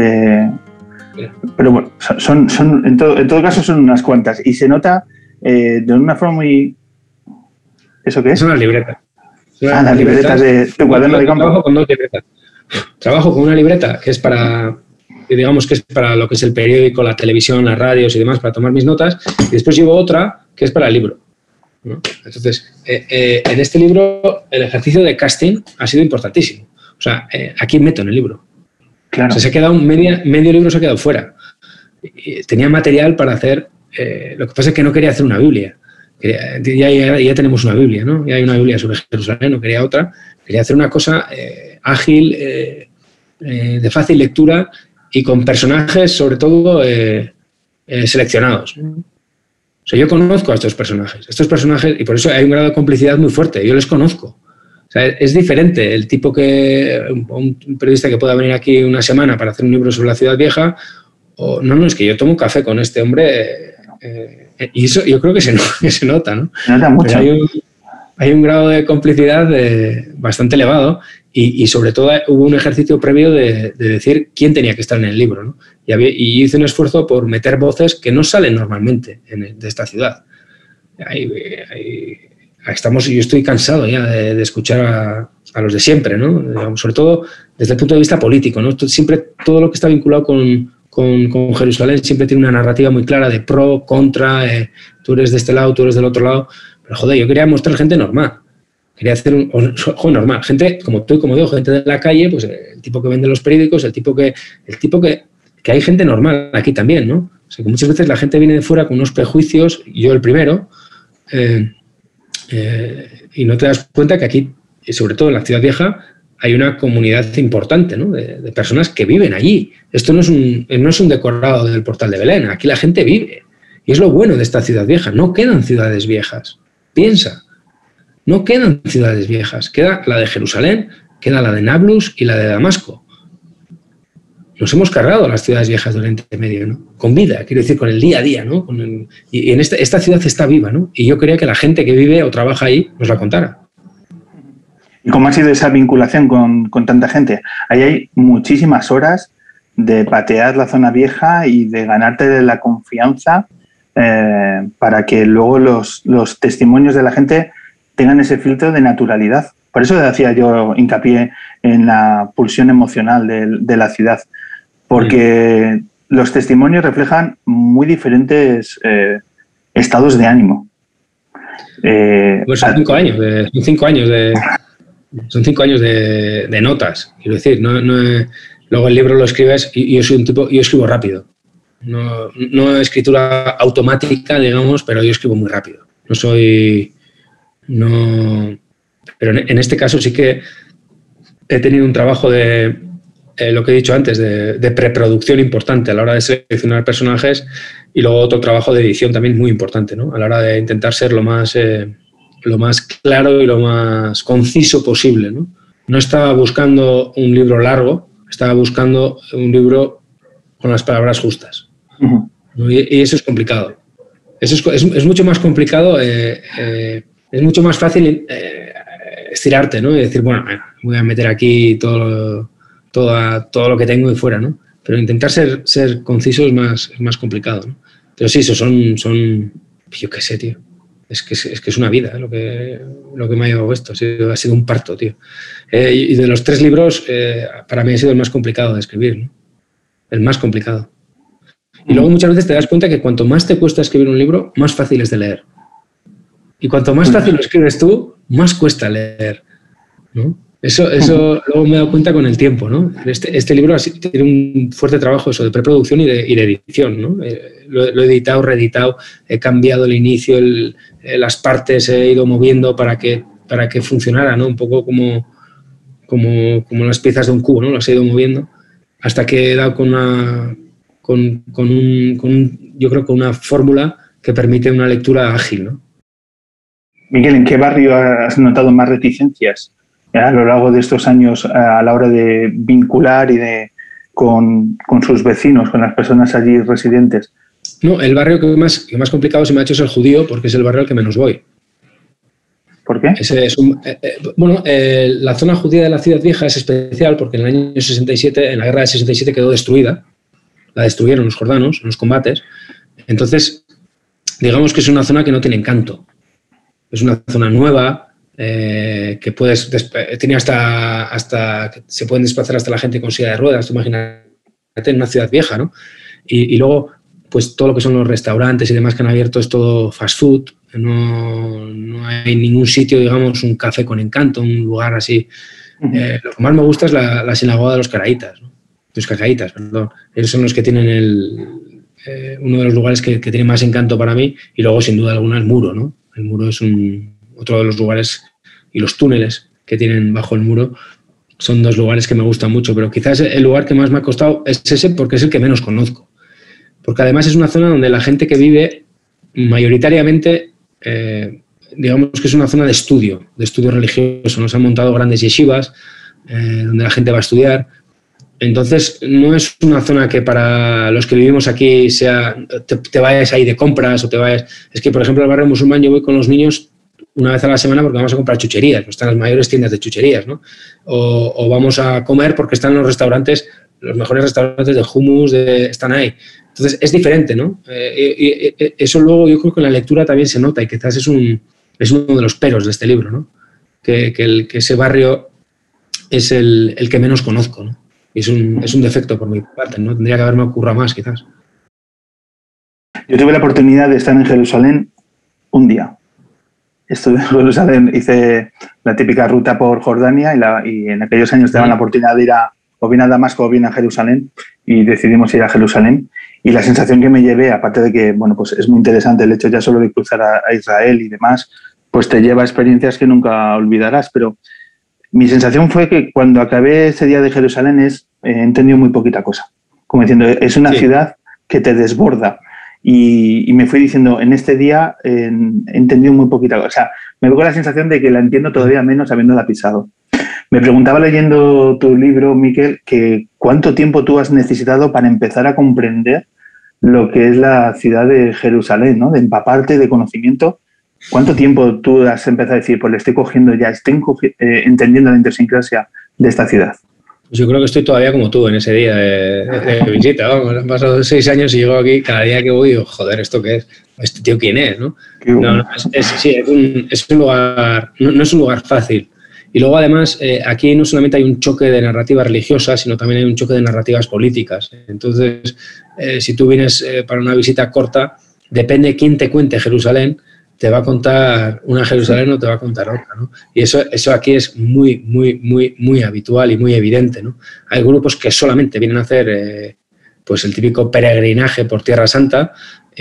pero bueno, son en todo caso son unas cuantas y se nota de una forma muy... ¿Eso qué es? Es una libreta. Las libretas de tu cuaderno de campo. Trabajo con 2 libretas. Trabajo con una libreta que es para lo que es el periódico, la televisión, las radios y demás, para tomar mis notas, y después llevo otra que es para el libro, ¿no? Entonces, en este libro el ejercicio de casting ha sido importantísimo. O sea, ¿a quién meto en el libro? Claro. O sea, se ha quedado medio libro se ha quedado fuera. Tenía material para hacer, lo que pasa es que no quería hacer una Biblia. Ya tenemos una Biblia, ¿no? Ya hay una Biblia sobre Jerusalén, no quería otra. Quería hacer una cosa ágil, de fácil lectura y con personajes, sobre todo, seleccionados. O sea, yo conozco a estos personajes, y por eso hay un grado de complicidad muy fuerte. Yo les conozco. O sea, es diferente el tipo que un periodista que pueda venir aquí una semana para hacer un libro sobre la ciudad vieja, o no, es que yo tomo un café con este hombre y eso yo creo que se nota, ¿no? Se nota mucho. Hay un grado de complicidad bastante elevado y sobre todo hubo un ejercicio previo de decir quién tenía que estar en el libro, ¿no? Y hice un esfuerzo por meter voces que no salen normalmente de esta ciudad. Yo estoy cansado ya de escuchar a los de siempre, ¿no? Digamos, sobre todo desde el punto de vista político, ¿no? Siempre todo lo que está vinculado con Jerusalén siempre tiene una narrativa muy clara de pro, contra, tú eres de este lado, tú eres del otro lado. Pero joder, yo quería mostrar gente normal. Quería hacer un juego normal. Gente como tú y como yo, gente de la calle, pues el tipo que vende los periódicos, el tipo que hay gente normal aquí también, ¿no? O sea, que muchas veces la gente viene de fuera con unos prejuicios, yo el primero, y no te das cuenta que aquí, y sobre todo en la ciudad vieja, hay una comunidad importante, ¿no? de personas que viven allí. Esto no es un decorado del Portal de Belén, aquí la gente vive. Y es lo bueno de esta ciudad vieja, no quedan ciudades viejas. Piensa, no quedan ciudades viejas, queda la de Jerusalén, queda la de Nablus y la de Damasco. Nos hemos cargado las ciudades viejas del Oriente Medio, ¿no? Con vida, quiero decir, con el día a día, ¿no? Y en esta ciudad está viva, ¿no? Y yo quería que la gente que vive o trabaja ahí nos la contara. ¿Y cómo ha sido esa vinculación con tanta gente? Ahí hay muchísimas horas de patear la zona vieja y de ganarte la confianza para que luego los testimonios de la gente tengan ese filtro de naturalidad. Por eso hacía yo hincapié en la pulsión emocional de la ciudad, porque los testimonios reflejan muy diferentes estados de ánimo. Pues son 5 años, son 5 años de notas, quiero decir. Luego el libro lo escribes y yo soy un tipo, yo escribo rápido. No escritura automática, digamos, pero yo escribo muy rápido. Pero en este caso sí que he tenido un trabajo de lo que he dicho antes, de preproducción importante a la hora de seleccionar personajes, y luego otro trabajo de edición también muy importante, ¿no? A la hora de intentar ser lo más claro y lo más conciso posible, ¿no? No estaba buscando un libro largo, estaba buscando un libro con las palabras justas. Uh-huh. ¿No? Y eso es complicado. Eso es mucho más complicado, es mucho más fácil estirarte, ¿no? Y decir, bueno, voy a meter aquí todo lo que tengo y fuera, ¿no? Pero intentar ser conciso es más complicado, ¿no? Pero sí, eso son yo qué sé, tío. Es que es una vida, lo que me ha llevado esto. Ha sido un parto, tío. Y de los 3 libros, para mí ha sido el más complicado de escribir, ¿no? El más complicado. Y luego muchas veces te das cuenta que cuanto más te cuesta escribir un libro, más fácil es de leer. Y cuanto más fácil lo escribes tú, más cuesta leer, ¿no? Eso luego me he dado cuenta con el tiempo, ¿no? Este libro tiene un fuerte trabajo eso de preproducción y de edición, ¿no? Lo he editado, reeditado, he cambiado el inicio, las partes he ido moviendo para que funcionara, ¿no? Un poco como las piezas de un cubo, ¿no? Las he ido moviendo hasta que he dado yo creo que una fórmula que permite una lectura ágil, ¿no? Miguel, ¿en qué barrio has notado más reticencias a lo largo de estos años a la hora de vincular y con sus vecinos, con las personas allí residentes? No, el barrio que más complicado se me ha hecho es el judío, porque es el barrio al que menos voy. ¿Por qué? La zona judía de la ciudad vieja es especial porque en el año 67, en la guerra de 67, quedó destruida. La destruyeron los jordanos en los combates. Entonces, digamos que es una zona que no tiene encanto. Es una zona nueva, que tiene hasta que se pueden desplazar hasta la gente con silla de ruedas. Tú imagínate en una ciudad vieja, ¿no? Y luego, pues todo lo que son los restaurantes y demás que han abierto es todo fast food. No hay ningún sitio, digamos, un café con encanto, un lugar así. Uh-huh. Lo que más me gusta es la sinagoga de los caraítas, ¿no? Los cacaítas, perdón. Ellos son los que tienen uno de los lugares que tiene más encanto para mí, y luego, sin duda alguna, el muro, ¿no? El muro es otro de los lugares, y los túneles que tienen bajo el muro son 2 lugares que me gustan mucho, pero quizás el lugar que más me ha costado es ese, porque es el que menos conozco. Porque además es una zona donde la gente que vive mayoritariamente digamos que es una zona de estudio religioso. Nos han montado grandes yeshivas donde la gente va a estudiar. Entonces, no es una zona que para los que vivimos aquí sea te vayas ahí de compras o te vayas... Es que, por ejemplo, al barrio musulmán yo voy con los niños una vez a la semana porque vamos a comprar chucherías, están las mayores tiendas de chucherías, ¿no? O vamos a comer porque están los restaurantes, los mejores restaurantes de hummus, están ahí. Entonces, es diferente, ¿no? Y eso luego yo creo que en la lectura también se nota y quizás es uno de los peros de este libro, ¿no? Que ese barrio es el que menos conozco, ¿no? Y es un defecto por mi parte, ¿no? Tendría que haberme ocurrido más, quizás. Yo tuve la oportunidad de estar en Jerusalén un día. Estuve en Jerusalén, hice la típica ruta por Jordania y en aquellos años te daban la oportunidad de ir o bien a Damasco o bien a Jerusalén y decidimos ir a Jerusalén. Y la sensación que me llevé, aparte de que bueno, pues es muy interesante el hecho ya solo de cruzar a Israel y demás, pues te lleva a experiencias que nunca olvidarás, pero mi sensación fue que cuando acabé ese día de Jerusalén he entendido muy poquita cosa. Como diciendo, es una ciudad que te desborda. Y me fui diciendo, en este día he entendido muy poquita cosa. O sea, me veo con la sensación de que la entiendo todavía menos habiéndola pisado. Me preguntaba leyendo tu libro, Miquel, que cuánto tiempo tú has necesitado para empezar a comprender lo que es la ciudad de Jerusalén, ¿no? De empaparte de conocimiento. ¿Cuánto tiempo tú has empezado a decir, pues le estoy cogiendo ya, entendiendo la idiosincrasia de esta ciudad? Yo creo que estoy todavía como tú en ese día de visita. Vamos, han pasado 6 años y llego aquí, cada día que voy digo, joder, ¿esto qué es? ¿Este tío quién es? ¿No? No, es un lugar, no es un lugar fácil. Y luego, además, aquí no solamente hay un choque de narrativa religiosa, sino también hay un choque de narrativas políticas. Entonces, si tú vienes para una visita corta, depende de quién te cuente Jerusalén, te va a contar una Jerusalén o te va a contar otra, ¿no? Y eso aquí es muy, muy, muy, muy habitual y muy evidente, ¿no? Hay grupos que solamente vienen a hacer pues el típico peregrinaje por Tierra Santa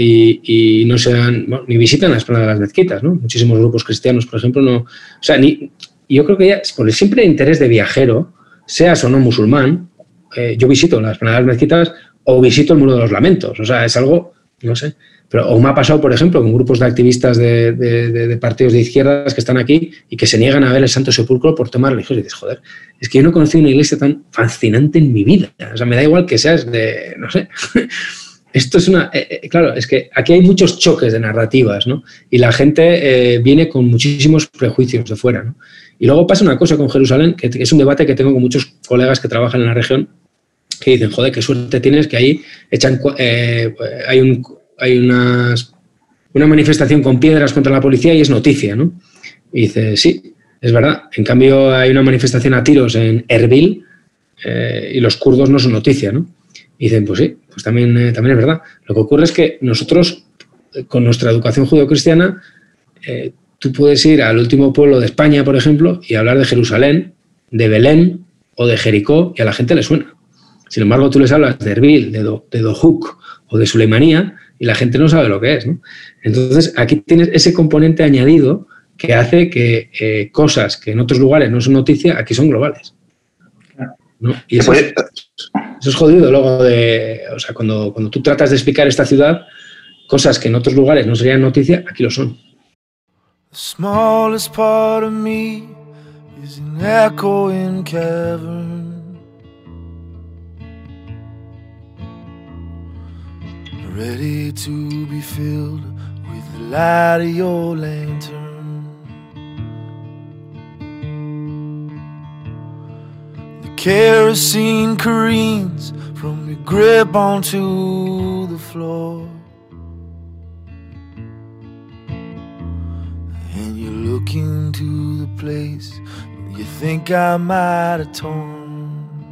y no se dan, bueno, ni visitan la esplanada de las mezquitas, ¿no? Muchísimos grupos cristianos, por ejemplo, no... O sea, yo creo que ya, por el simple interés de viajero, seas o no musulmán, yo visito la esplanada de las mezquitas o visito el Muro de los Lamentos. O sea, es algo, no sé... Pero o me ha pasado, por ejemplo, con grupos de activistas de partidos de izquierdas que están aquí y que se niegan a ver el Santo Sepulcro por temas religiosos. Y dices, joder, es que yo no he conocido una iglesia tan fascinante en mi vida. O sea, me da igual que seas de, no sé. Esto es una... claro, es que aquí hay muchos choques de narrativas, ¿no? Y la gente viene con muchísimos prejuicios de fuera, ¿no? Y luego pasa una cosa con Jerusalén, que es un debate que tengo con muchos colegas que trabajan en la región, que dicen, joder, qué suerte tienes que ahí echan... hay una manifestación con piedras contra la policía y es noticia, ¿no? Y dice, sí, es verdad. En cambio, hay una manifestación a tiros en Erbil y los kurdos no son noticia, ¿no? Y dicen, pues sí, pues también es verdad. Lo que ocurre es que nosotros, con nuestra educación judeocristiana, tú puedes ir al último pueblo de España, por ejemplo, y hablar de Jerusalén, de Belén o de Jericó y a la gente le suena. Sin embargo, tú les hablas de Erbil, de Dohuk o de Suleimanía y la gente no sabe lo que es, ¿no? Entonces, aquí tienes ese componente añadido que hace que cosas que en otros lugares no son noticia, aquí son globales, ¿no? Y eso es jodido luego o sea, cuando tú tratas de explicar esta ciudad, cosas que en otros lugares no serían noticia, aquí lo son. The smallest part of me is an echoing cavern, ready to be filled with the light of your lantern. The kerosene careens from your grip onto the floor, and you look into the place you think I might have torn.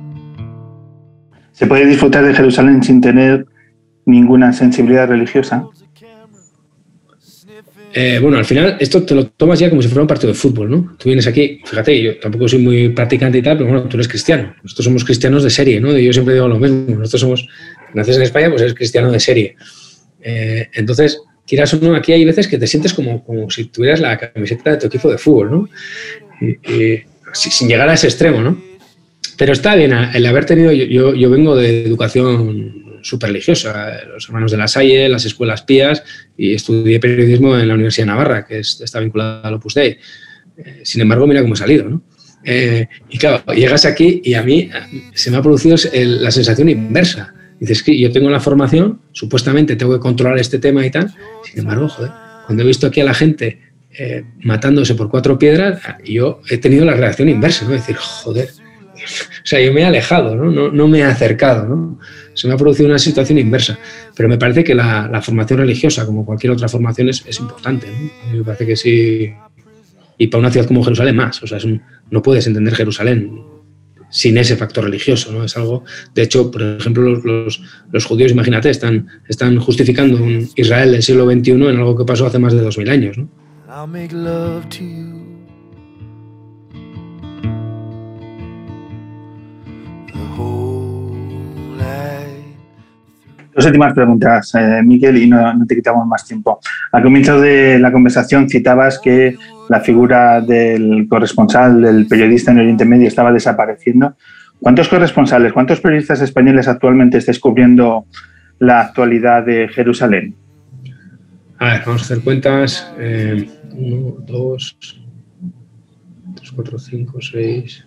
¿Se puede disfrutar de Jerusalén sin tener ninguna sensibilidad religiosa? Bueno, al final esto te lo tomas ya como si fuera un partido de fútbol, ¿no? Tú vienes aquí, fíjate, yo tampoco soy muy practicante y tal, pero bueno, tú eres cristiano. Nosotros somos cristianos de serie, ¿no? Yo siempre digo lo mismo. Nosotros naces en España, pues eres cristiano de serie. Entonces, quieras o no, aquí hay veces que te sientes como si tuvieras la camiseta de tu equipo de fútbol, ¿no? Y sin llegar a ese extremo, ¿no? Pero está bien, el haber tenido... Yo vengo de educación súper religiosa, los hermanos de la Salle, las escuelas pías, y estudié periodismo en la Universidad de Navarra, que está vinculada al Opus Dei. Sin embargo, mira cómo he salido, ¿no? Y claro, llegas aquí y a mí se me ha producido la sensación inversa. Dices que yo tengo la formación, supuestamente tengo que controlar este tema y tal, sin embargo, joder, cuando he visto aquí a la gente matándose por 4 piedras, yo he tenido la reacción inversa, ¿no? Es decir, joder, o sea, yo me he alejado, ¿no? No me he acercado, ¿no? Se me ha producido una situación inversa. Pero me parece que la formación religiosa, como cualquier otra formación, es importante, ¿no? A mí me parece que sí. Y para una ciudad como Jerusalén más. O sea, no puedes entender Jerusalén sin ese factor religioso, ¿no? Es algo... De hecho, por ejemplo, los judíos, imagínate, están justificando un Israel del siglo XXI en algo que pasó hace más de 2000 años, ¿no? I'll make love to you. Dos últimas preguntas, Miquel, y no te quitamos más tiempo. Al comienzo de la conversación citabas que la figura del corresponsal, del periodista en Oriente Medio estaba desapareciendo. ¿Cuántos corresponsales, cuántos periodistas españoles actualmente estáis cubriendo la actualidad de Jerusalén? A ver, vamos a hacer cuentas. 1, 2, 3, 4, 5, 6...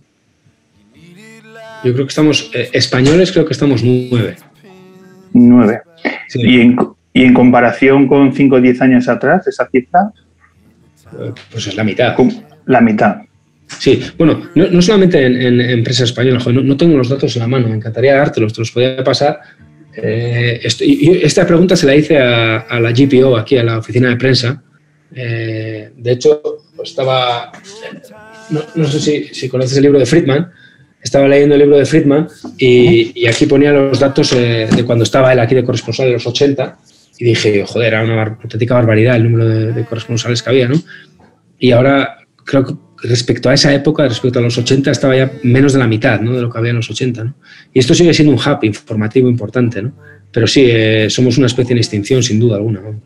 Yo creo que estamos... españoles creo que estamos 9. 9. Sí. ¿Y en comparación con 5 o 10 años atrás, esa cifra? Pues es la mitad. La mitad. Sí, bueno, no solamente en empresas españolas, joder, no tengo los datos en la mano, me encantaría dártelos, te los podría pasar. Esta pregunta se la hice a la GPO, aquí a la oficina de prensa. De hecho, estaba... No sé si conoces el libro de Friedman. Estaba leyendo el libro de Friedman y aquí ponía los datos de cuando estaba él aquí de corresponsal de los 80 y dije, joder, era una auténtica barbaridad el número de corresponsales que había, ¿no? Y ahora creo que respecto a esa época, respecto a los 80, estaba ya menos de la mitad, ¿no? De lo que había en los 80, ¿no? Y esto sigue siendo un hub informativo importante, ¿no? Pero sí, somos una especie en extinción, sin duda alguna, ¿no?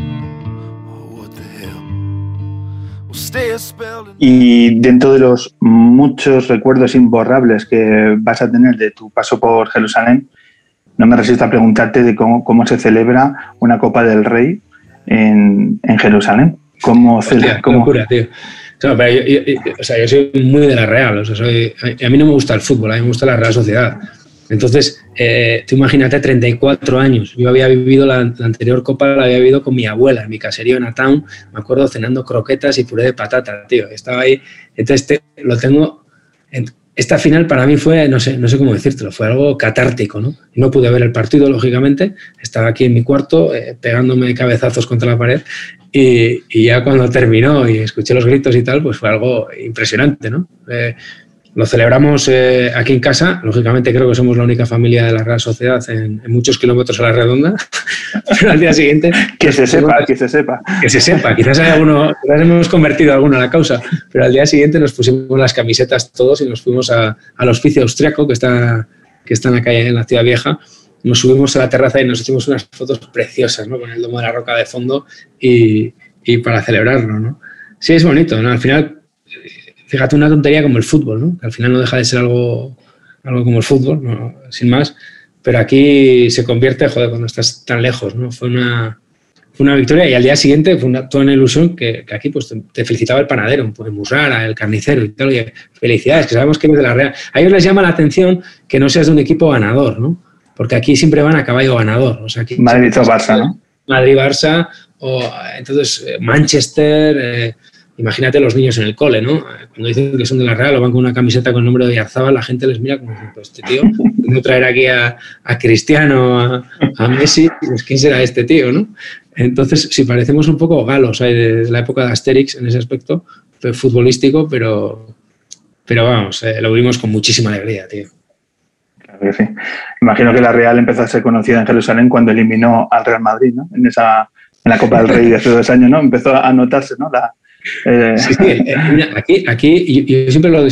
Y dentro de los muchos recuerdos imborrables que vas a tener de tu paso por Jerusalén, no me resisto a preguntarte de cómo se celebra una Copa del Rey en Jerusalén. Hostia, qué locura, tío. Claro, pero yo soy muy de la Real. O sea, a mí no me gusta el fútbol, a mí me gusta la Real Sociedad. Entonces, tú imagínate, 34 años. Yo había vivido la anterior Copa, la había vivido con mi abuela en mi caserío en Ataun. Me acuerdo cenando croquetas y puré de patata, tío. Estaba ahí. Entonces, lo tengo... Esta final para mí fue, no sé cómo decírtelo, fue algo catártico, ¿no? No pude ver el partido, lógicamente. Estaba aquí en mi cuarto pegándome cabezazos contra la pared y ya cuando terminó y escuché los gritos y tal, pues fue algo impresionante, ¿no? Lo celebramos aquí en casa. Lógicamente creo que somos la única familia de la Real Sociedad en muchos kilómetros a la redonda. Pero al día siguiente... Que se sepa. Quizás hay alguno, quizás hemos convertido a alguno a la causa. Pero al día siguiente nos pusimos las camisetas todos y nos fuimos al hospicio austriaco que está en la calle, en la Ciudad Vieja. Nos subimos a la terraza y nos hicimos unas fotos preciosas, ¿no? Con el Domo de la Roca de fondo y para celebrarlo, ¿no? Sí, es bonito, ¿no? Al final... Fíjate, una tontería como el fútbol, ¿no? Que al final no deja de ser algo como el fútbol, ¿no? Sin más. Pero aquí se convierte, joder, cuando estás tan lejos, ¿no? Fue una victoria y al día siguiente fue toda una ilusión que aquí pues te felicitaba el panadero, pues Musara, el carnicero y tal. Oye, felicidades, que sabemos que eres de la Real. A ellos les llama la atención que no seas de un equipo ganador, ¿no? Porque aquí siempre van a caballo ganador. O sea, aquí Madrid o Barça, ¿no? Madrid-Barça o entonces Manchester... Imagínate los niños en el cole, ¿no? Cuando dicen que son de la Real o van con una camiseta con el nombre de Oyarzábal, la gente les mira como, pues este tío, no traer aquí a Cristiano, a Messi, pues ¿quién será este tío, no? Entonces, si parecemos un poco galos de la época de Asterix en ese aspecto futbolístico, pero vamos, lo vivimos con muchísima alegría, tío. Claro que sí. Imagino que la Real empezó a ser conocida en Jerusalén cuando eliminó al Real Madrid, ¿no? En la Copa del Rey de hace 2 años, ¿no? Empezó a notarse, ¿no? Sí, mira, aquí yo siempre lo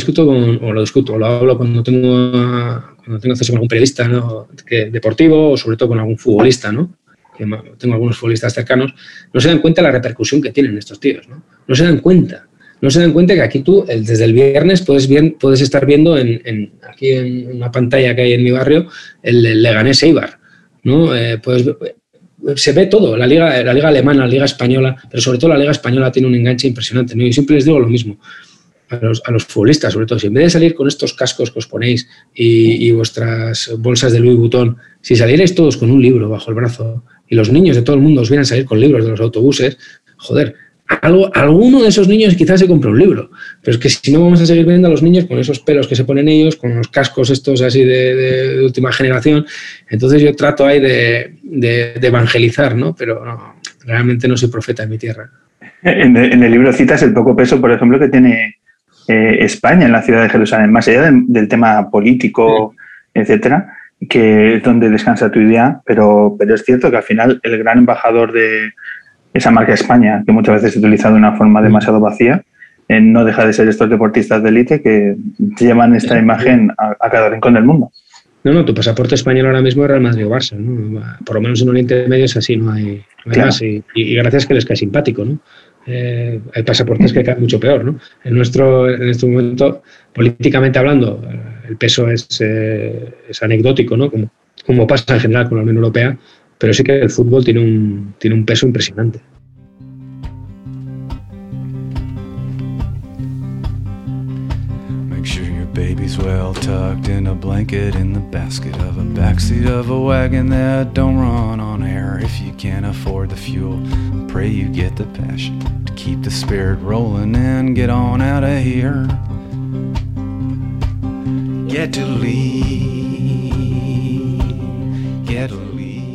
lo hablo cuando tengo acceso con algún periodista, ¿no? Deportivo o sobre todo con algún futbolista, ¿no? Que tengo algunos futbolistas cercanos, no se dan cuenta de la repercusión que tienen estos tíos, ¿no? No se dan cuenta. no se dan cuenta que aquí tú, desde el viernes, puedes estar viendo aquí en una pantalla que hay en mi barrio el Leganés Eibar, ¿no? Se ve todo, la liga alemana, la liga española, pero sobre todo la liga española tiene un enganche impresionante, ¿no? Yo siempre les digo lo mismo a los futbolistas, sobre todo, si en vez de salir con estos cascos que os ponéis y vuestras bolsas de Louis Vuitton, si salierais todos con un libro bajo el brazo y los niños de todo el mundo os vieran salir con libros de los autobuses, joder, alguno de esos niños quizás se compre un libro, pero es que si no vamos a seguir viendo a los niños con esos pelos que se ponen ellos, con los cascos estos así de última generación. Entonces yo trato ahí de evangelizar, ¿no? Pero no, realmente no soy profeta en mi tierra. En el libro citas el poco peso, por ejemplo, que tiene España en la ciudad de Jerusalén, más allá del tema político, etcétera, que es donde descansa tu idea, pero es cierto que al final el gran embajador de esa marca España, que muchas veces se utiliza de una forma demasiado vacía, no deja de ser estos deportistas de élite que llevan esta imagen a cada rincón del mundo. No, tu pasaporte español ahora mismo es Real Madrid o Barça, ¿no? Por lo menos en Oriente Medio es así, no hay claro. Más. Y gracias que les cae simpático, ¿no? Hay pasaportes que caen mucho peor, ¿no? En este momento, políticamente hablando, el peso es anecdótico, ¿no? Como pasa en general con la Unión Europea, pero sí que el fútbol tiene un peso impresionante. Make sure your baby's well tucked in a blanket in the basket of a backseat of a wagon that don't run on air. If you can't afford the fuel, pray you get the passion to keep the spirit rolling and get on out of here. Get to leave, get to leave.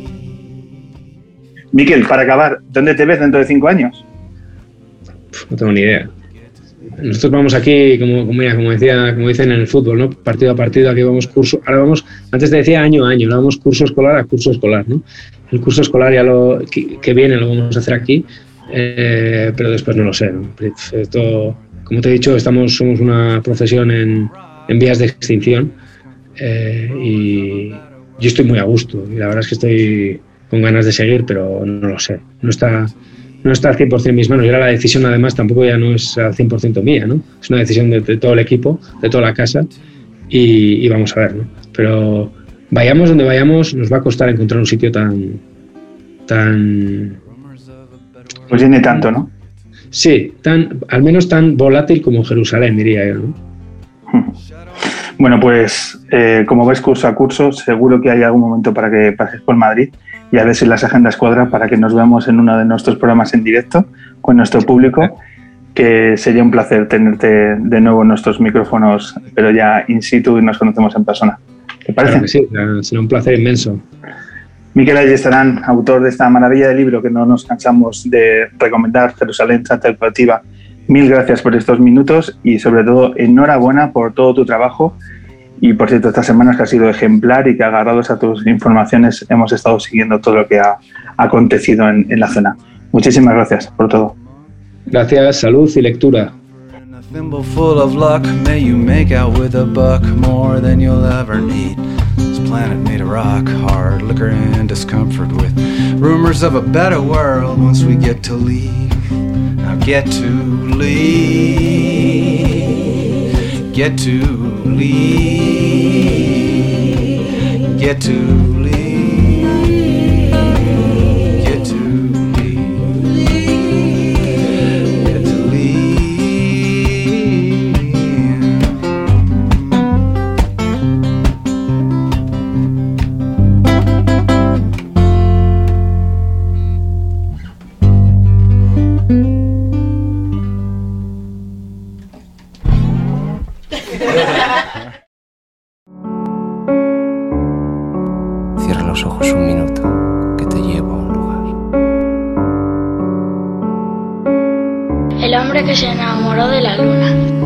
Miquel, para acabar, ¿dónde te ves dentro de 5 años? No tengo ni idea. Nosotros vamos aquí, como dicen en el fútbol, ¿no? Partido a partido, aquí vamos curso. Ahora vamos, antes te decía año a año, ahora vamos curso escolar a curso escolar, ¿no? El curso escolar ya que viene lo vamos a hacer aquí, pero después no lo sé, ¿no? Esto, como te he dicho, somos una profesión en vías de extinción y yo estoy muy a gusto y la verdad es que estoy con ganas de seguir, pero no lo sé. No está al 100% en mis manos. Y ahora la decisión, además, tampoco ya no es al 100% mía, ¿no? Es una decisión de todo el equipo, de toda la casa, y vamos a ver, ¿no? Pero vayamos donde vayamos, nos va a costar encontrar un sitio tan... Pues tiene tanto, ¿no? Sí, al menos tan volátil como Jerusalén, diría yo, ¿no? Bueno, pues como ves curso a curso, seguro que hay algún momento para que pases por Madrid y a ver si las agendas cuadran para que nos veamos en uno de nuestros programas en directo con nuestro público, que sería un placer tenerte de nuevo en nuestros micrófonos, pero ya in situ y nos conocemos en persona. ¿Te parece? Claro que sí, será un placer inmenso. Miquel Ayestarán, autor de esta maravilla de libro que no nos cansamos de recomendar, Jerusalén Santa Educativa. Mil gracias por estos minutos y sobre todo enhorabuena por todo tu trabajo. Y por cierto, estas semanas que ha sido ejemplar y que agarrados a tus informaciones hemos estado siguiendo todo lo que ha acontecido en la zona. Muchísimas gracias por todo. Gracias, salud y lectura. A thimble full of luck, may you make out with a buck more than you'll ever need. This planet made of rock, hard liquor and discomfort with rumors of a better world once we get to leave. Now get to leave, get to leave, get to leave, get to leave, get to leave. Cierra los ojos un minuto, que te llevo a un lugar. El hombre que se enamoró de la luna.